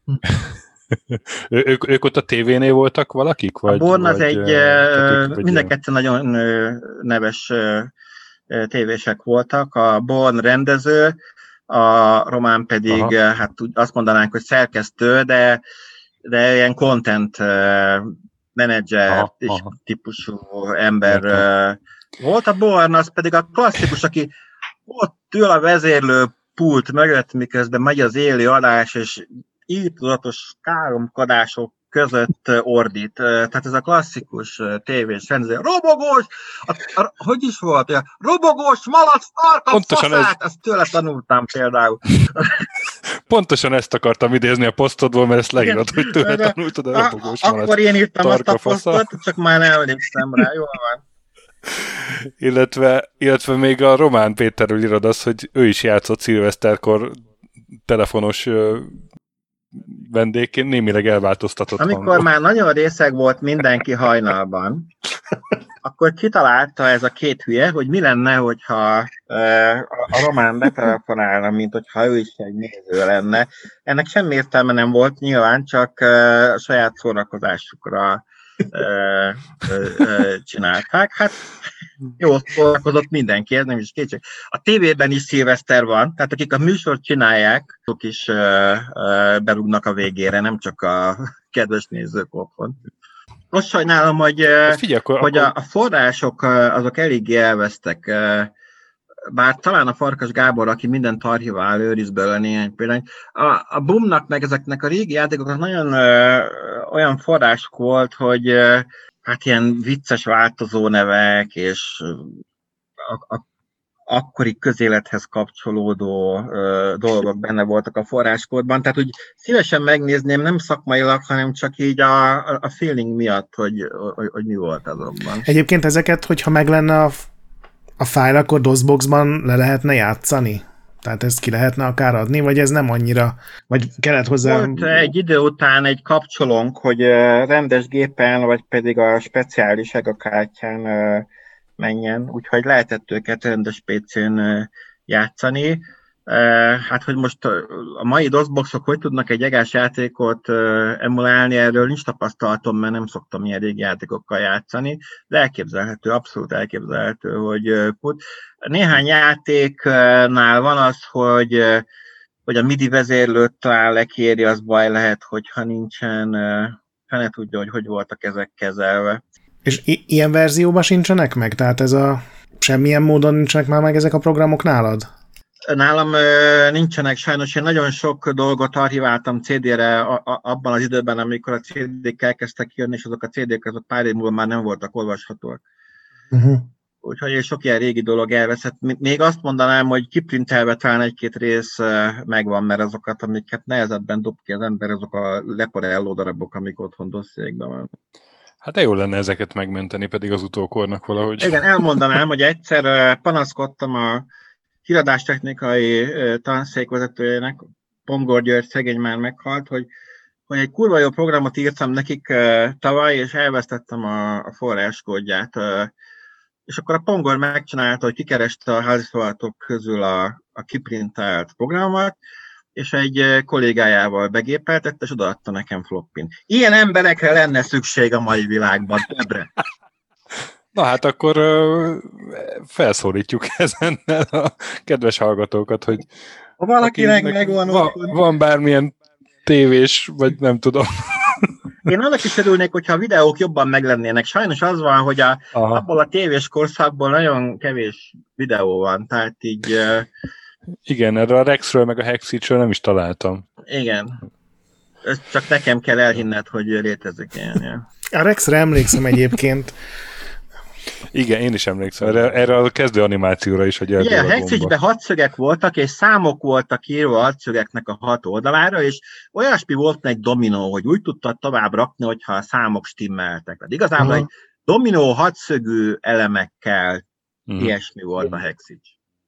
ők ott a tévénél voltak valakik? Vagy, a Born az mindenketten nagyon neves tévések voltak. A Born rendező, a Román pedig, hát azt mondanánk, hogy szerkesztő, de ilyen content menedzser típusú ember volt. A Born az pedig a klasszikus, aki ott ül a vezérlő pult mögött, miközben megy az élő adás, és írtózatos káromkodások között ordít. Tehát ez a klasszikus tévés rendező. Robogós! Hogy is volt? Robogós, malac, tarkat, faszát! Ezt tőle tanultam például. Pontosan ezt akartam idézni a posztodból, mert ezt leírod, hogy tőle tanultad a robogós, malac, akkor én írtam azt a posztot, csak már nem emlékszem rá. Jól van. Illetve még a Román Péterről írod azt, hogy ő is játszott szilveszterkor telefonos vendégként, némileg elváltoztatott amikor hangon. Már nagyon részeg volt mindenki hajnalban, akkor kitalálta ez a két hülye, hogy mi lenne, hogyha a Román betelefonálna, mint hogyha ő is egy néző lenne. Ennek semmi értelme nem volt, nyilván csak a saját szórakozásukra csinálták. Hát jól szórakozott mindenki, ez nem is kétség. A tévében is szilveszter van, tehát akik a műsort csinálják, azok is berúgnak a végére, nem csak a kedves nézők otthon. Most sajnálom, hogy, hogy a források azok eléggé elvesztek. Bár talán a Farkas Gábor, aki mindent archivál, őriz belőle néhány példányt. A Boomnak meg ezeknek a régi játékoknak nagyon olyan források volt, hogy hát ilyen vicces változó nevek, és akkori közélethez kapcsolódó dolgok benne voltak a forráskódban. Tehát úgy szívesen megnézném, nem szakmailag, hanem csak így a feeling miatt, hogy mi volt azokban. Egyébként ezeket, hogyha meg lenne a fájl, akkor DOSBox-ban le lehetne játszani? Tehát ezt ki lehetne akár adni, vagy ez nem annyira, vagy kellett hozzá... Volt egy idő után egy kapcsolónk, hogy rendes gépen, vagy pedig a speciális EGA-kártyán menjen, úgyhogy lehetett őket rendes PC-n játszani. Hát, hogy most a mai DOSBoxok hogy tudnak egy egás játékot emulálni, erről nincs tapasztalatom, mert nem szoktam ilyen régi játékokkal játszani, de elképzelhető, abszolút elképzelhető, hogy put. Néhány játéknál van az, hogy a MIDI vezérlőt talán lekéri, az baj lehet, hogyha nincsen, fene tudja, hogy voltak ezek kezelve. És ilyen verzióban sincsenek meg? Tehát semmilyen módon nincsenek már meg ezek a programok nálad? Nálam nincsenek sajnos, én nagyon sok dolgot archiváltam CD-re abban az időben, amikor a CD-k elkezdtek jönni, és azok a CD-k azok pár év múlva már nem voltak olvashatóak. Úgyhogy sok ilyen régi dolog elveszett. Még azt mondanám, hogy kiprintelve talán egy-két rész megvan, mert azokat, amiket nehezebben dob ki az ember, azok a leporelló darabok, amik otthon dossziékben van. Hát de jó lenne ezeket megmenteni, pedig az utókornak valahogy. Igen, elmondanám, hogy egyszer panaszkodtam a híradástechnikai tanszékvezetőjének, Pongor György, szegény már meghalt, hogy egy kurva jó programot írtam nekik tavaly, és elvesztettem a forráskódját. És akkor a Pongor megcsinálta, hogy kikereste a háziszolgálatok közül a kiprintelt programot, és egy kollégájával begépeltette, és odaadta nekem floppin. Ilyen emberekre lenne szükség a mai világban, többre. Na hát akkor felszólítjuk ezennel a kedves hallgatókat, hogy ha valakinek megvan, van bármilyen tévés, vagy nem tudom. Én annak is örülnék, hogyha a videók jobban meglennének. Sajnos az van, hogy abból a tévés korszakból nagyon kevés videó van, tehát így... Igen, erről a Rexről meg a Hexitről nem is találtam. Igen. Ezt csak nekem kell elhinned, hogy létezik ilyen. A Rexre emlékszem egyébként. Igen, én is emlékszem. Erre a kezdő animációra is, hogy ugye, a Hexitben 6 szögek voltak, és számok voltak írva a 6 szögeknek a 6 oldalára, és olyasmi volt egy dominó, hogy úgy tudtad tovább rakni, hogyha a számok stimmeltek. Tehát igazából egy dominó 6 szögű elemekkel ilyesmi volt a Hexit.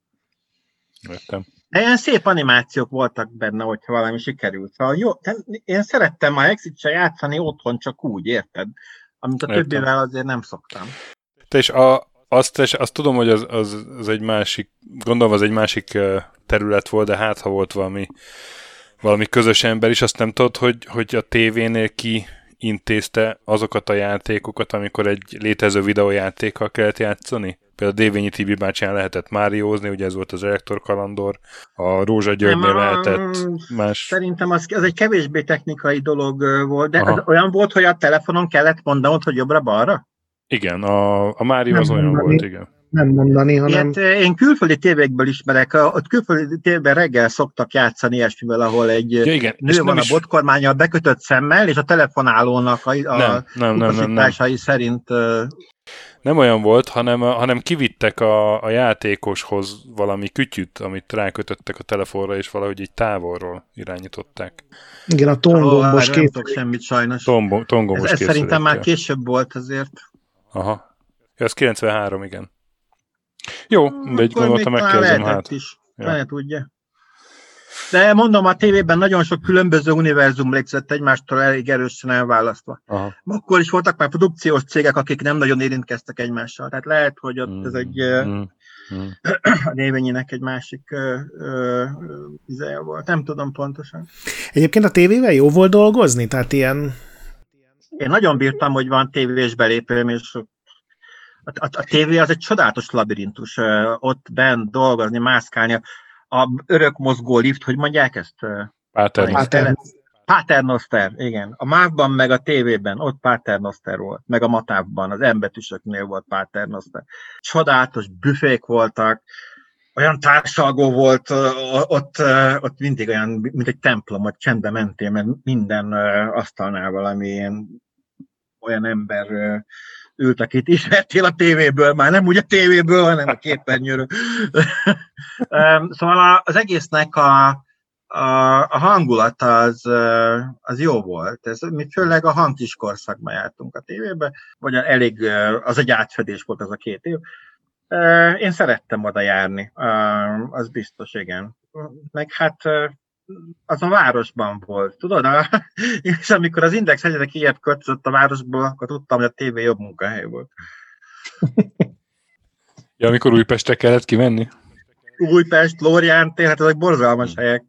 Értem. De ilyen szép animációk voltak benne, hogyha valami sikerült. Szóval jó, én szerettem a Hexit-sel játszani otthon csak úgy, érted? Amit a többivel azért nem szoktam. És azt tudom, hogy az egy másik, gondolom az egy másik terület volt, de hát ha volt valami közös ember is, azt nem tudod, hogy a tévénél ki intézte azokat a játékokat, amikor egy létező videójátékkal kellett játszani? Például a Dévényi Tibi bácsán lehetett Máriózni, ugye ez volt az Elektor Kalandor, a Rózsa Györgynél lehetett más... Szerintem az egy kevésbé technikai dolog volt, de az olyan volt, hogy a telefonon kellett mondanod, hogy jobbra-balra? Igen, a Mário az olyan volt, igen. Nem mondani, hanem... Ilyet én külföldi tévékből ismerek, ott külföldi tévében reggel szoktak játszani ilyesmivel, ahol egy nő van a botkormánnyal bekötött szemmel, és a telefonálónak a utasításai szerint... Nem olyan volt, hanem kivittek a játékoshoz valami kütyüt, amit rákötöttek a telefonra, és valahogy így távolról irányították. Igen, a tongombos nem tudok semmit sajnos. Tongombos ez szerintem már később volt azért. Aha. Ja, ez 93, igen. Jó, de egy gondoltam megkérdezem hát. Is. Ja. Tudja. De mondom, a tévében nagyon sok különböző univerzum létezett egymástól elég erősen elválasztva. Aha. Akkor is voltak már produkciós cégek, akik nem nagyon érintkeztek egymással. Tehát lehet, hogy ott ez egy a Dévényinek egy másik izeje volt. Nem tudom pontosan. Egyébként a tévével jó volt dolgozni? Tehát ilyen... Én nagyon bírtam, hogy van tévés belépőm, és a tévé az egy csodálatos labirintus. Ott bent dolgozni, mászkálni. A örökmozgó lift, hogy mondják ezt? Paternoster, igen. A MÁV-ban meg a tévében, ott Paternoster volt, meg a Matávban, az M-betűsöknél volt Paternoster. Csodálatos büfék voltak, olyan társalgó volt, ott mindig olyan, mint egy templom, hogy csendben mentél, mert minden asztalnál valami ilyen, olyan ember ült, akit ismertél a tévéből, már nem úgy a tévéből, hanem a képernyőről. Szóval az egésznek a hangulat az jó volt. Mi főleg a hangkis korszakban jártunk a tévébe, vagy elég, az egy átfedés volt az a 2 év. Én szerettem oda járni, az biztos, igen. Meg hát az a városban volt, tudod? És amikor az Index egyre ilyet költözött a városból, akkor tudtam, hogy a tévé jobb munkahely volt. Ja, amikor Újpestre kellett kimenni? Újpest, Lórián tér, hát ezek borzalmas helyek.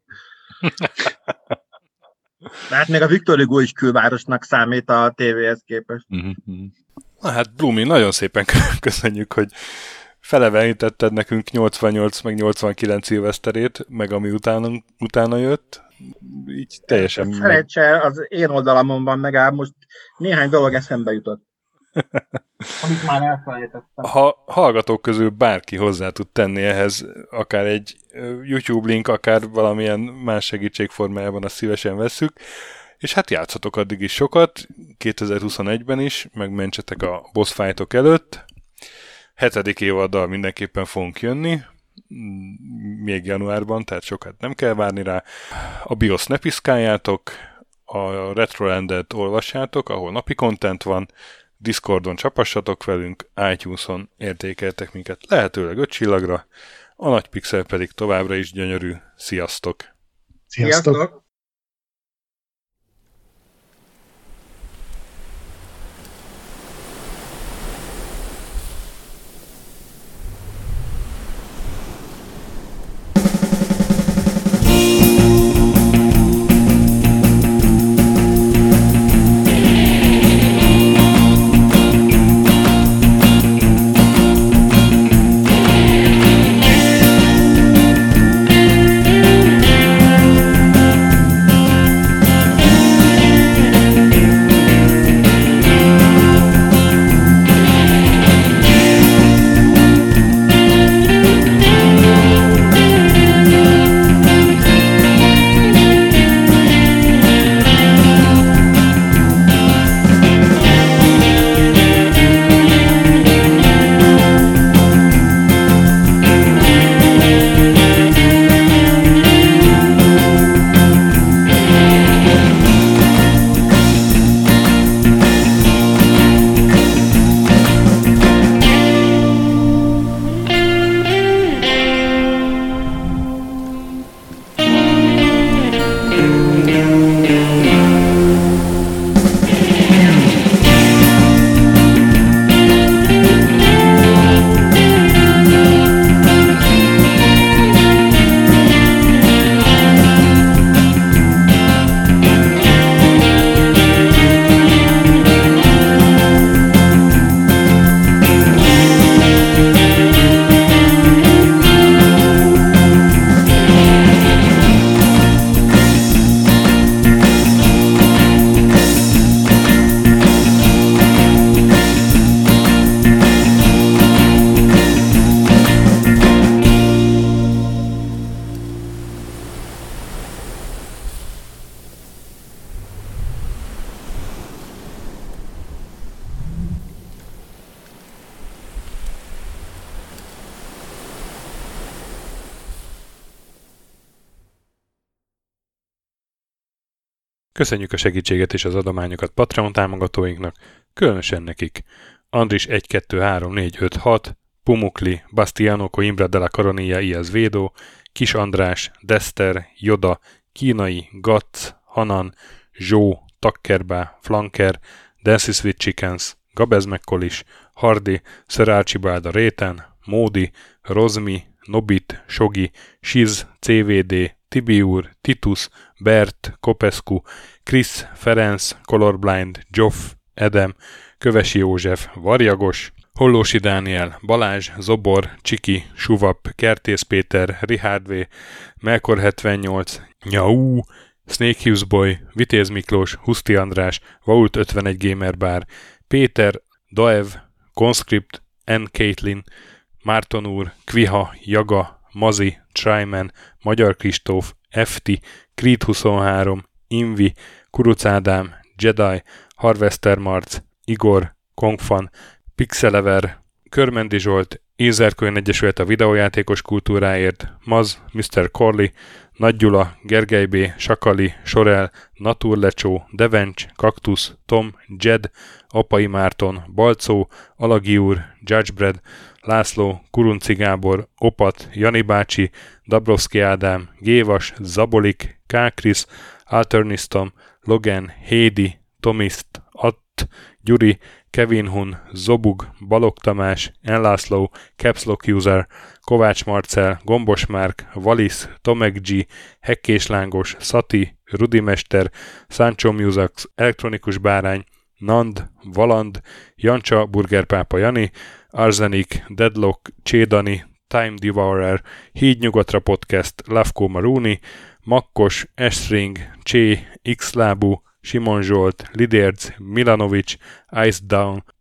De hát még a Viktor Hugo is külvárosnak számít a tévéhez képest. Na hát Blumi, nagyon szépen köszönjük, hogy felevenítetted nekünk 88 meg 89 szilveszterét, meg ami utána jött. Így teljesen... Felejtse, az én oldalamon van, meg most néhány dolog eszembe jutott. Amit már elfelejtettem. Ha hallgatók közül bárki hozzá tud tenni ehhez, akár egy YouTube link, akár valamilyen más segítség formájában, azt szívesen vesszük. És hát játszatok addig is sokat, 2021-ben is, megmentsetek a boss fightok előtt. 7. évaddal mindenképpen fogunk jönni, még januárban, tehát sokat nem kell várni rá. A BIOS ne piszkáljátok, a Retrolandet olvassátok, ahol napi content van, Discordon csapassatok velünk, iTunes-on értékeltek minket lehetőleg 5 csillagra, a nagy pixel pedig továbbra is gyönyörű. Sziasztok! Sziasztok! Köszönjük a segítséget és az adományokat Patreon támogatóinknak, különösen nekik. Andris 1, 2, 3, 4, 5, 6, Pumukli, Bastiano Coimbra de la Coronilla Iaz Védó, Kis András, Dester, Joda, Kínai, Gatz, Hanan, Zsó, Takkerbá, Flanker, Dancy Sweet Chickens, Gabez Mekkolis, Hardy, Sir Archibald a Réten, Módi, Rozmi, Nobit, Sogi, Siz, CVD, Tibiur, Titus, Bert, Kopescu, Krisz, Ferenc, Colorblind, Joff, Edem, Kövesi József, Varjagos, Hollósi Dániel, Balázs, Zobor, Csiki, Suvap, Kertész Péter, Richard V, Melkor 78, Nyau, Snake Hughes Boy, Vitéz Miklós, Huszti András, Vault 51 Gamer Bar, Péter, Daev, Conscript, N. Caitlin, Márton úr, Kviha, Jaga, Mazi, Tryman, Magyar Kristóf, FT, Creed 23, Invi, Kuruc Ádám, Jedi, Harvester Marc, Igor, Kongfan, Pixelever, Körmendi Zsolt, Ézerkölyön Egyesület a videójátékos kultúráért, Maz, Mr. Corley, Nagy Gyula, Gergely B., Sakali, Sorel, Naturlecsó, Devencs, Kaktusz, Tom, Jed, Apai Márton, Balcó, Alagi úr, Judgebred, László, Kurunci Gábor, Opat, Jani bácsi, Dabrowski Ádám, Gévas, Zabolik, Kákris, Alternisztom, Logan, Hédi, Tomiszt, Att, Gyuri, Kevin Hun, Zobug, Balog Tamás, Enlászló, Capslock User, Kovács Marcel, Gombos Márk, Valisz, Tomek G, Hekkés Lángos, Szati, Rudimester, Sancho Musax, Elektronikus Bárány, Nand, Valand, Jancsa, Burgerpápa Jani, Arzenik, Deadlock, Csédani, Time Devourer, Híd Nyugatra Podcast, Lavko Maruni, Makkos, Estring, Csé, Xlábú, Simon Zsolt, Lidérc, Milanovic, Ice Down,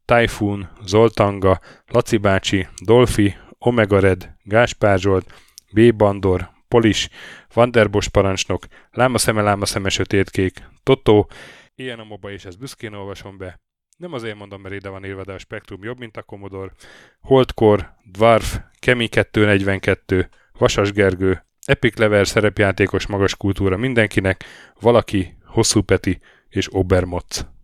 Typhoon, Zoltanga, Laci bácsi, Dolfi, Omega Red, Gáspár Zsolt, B. Bandor, Polis, Vanderbos parancsnok, Lámaszeme sötétkék, Totó, ilyen a moba, és ezt büszkén olvasom be. Nem azért mondom, mert ide van írva, de a Spektrum jobb, mint a Commodore. Holdcore, Dwarf, Kemi 242, Vasas Gergő, Epic Level szerepjátékos magas kultúra mindenkinek, Valaki, Hosszú Peti és Obermotz.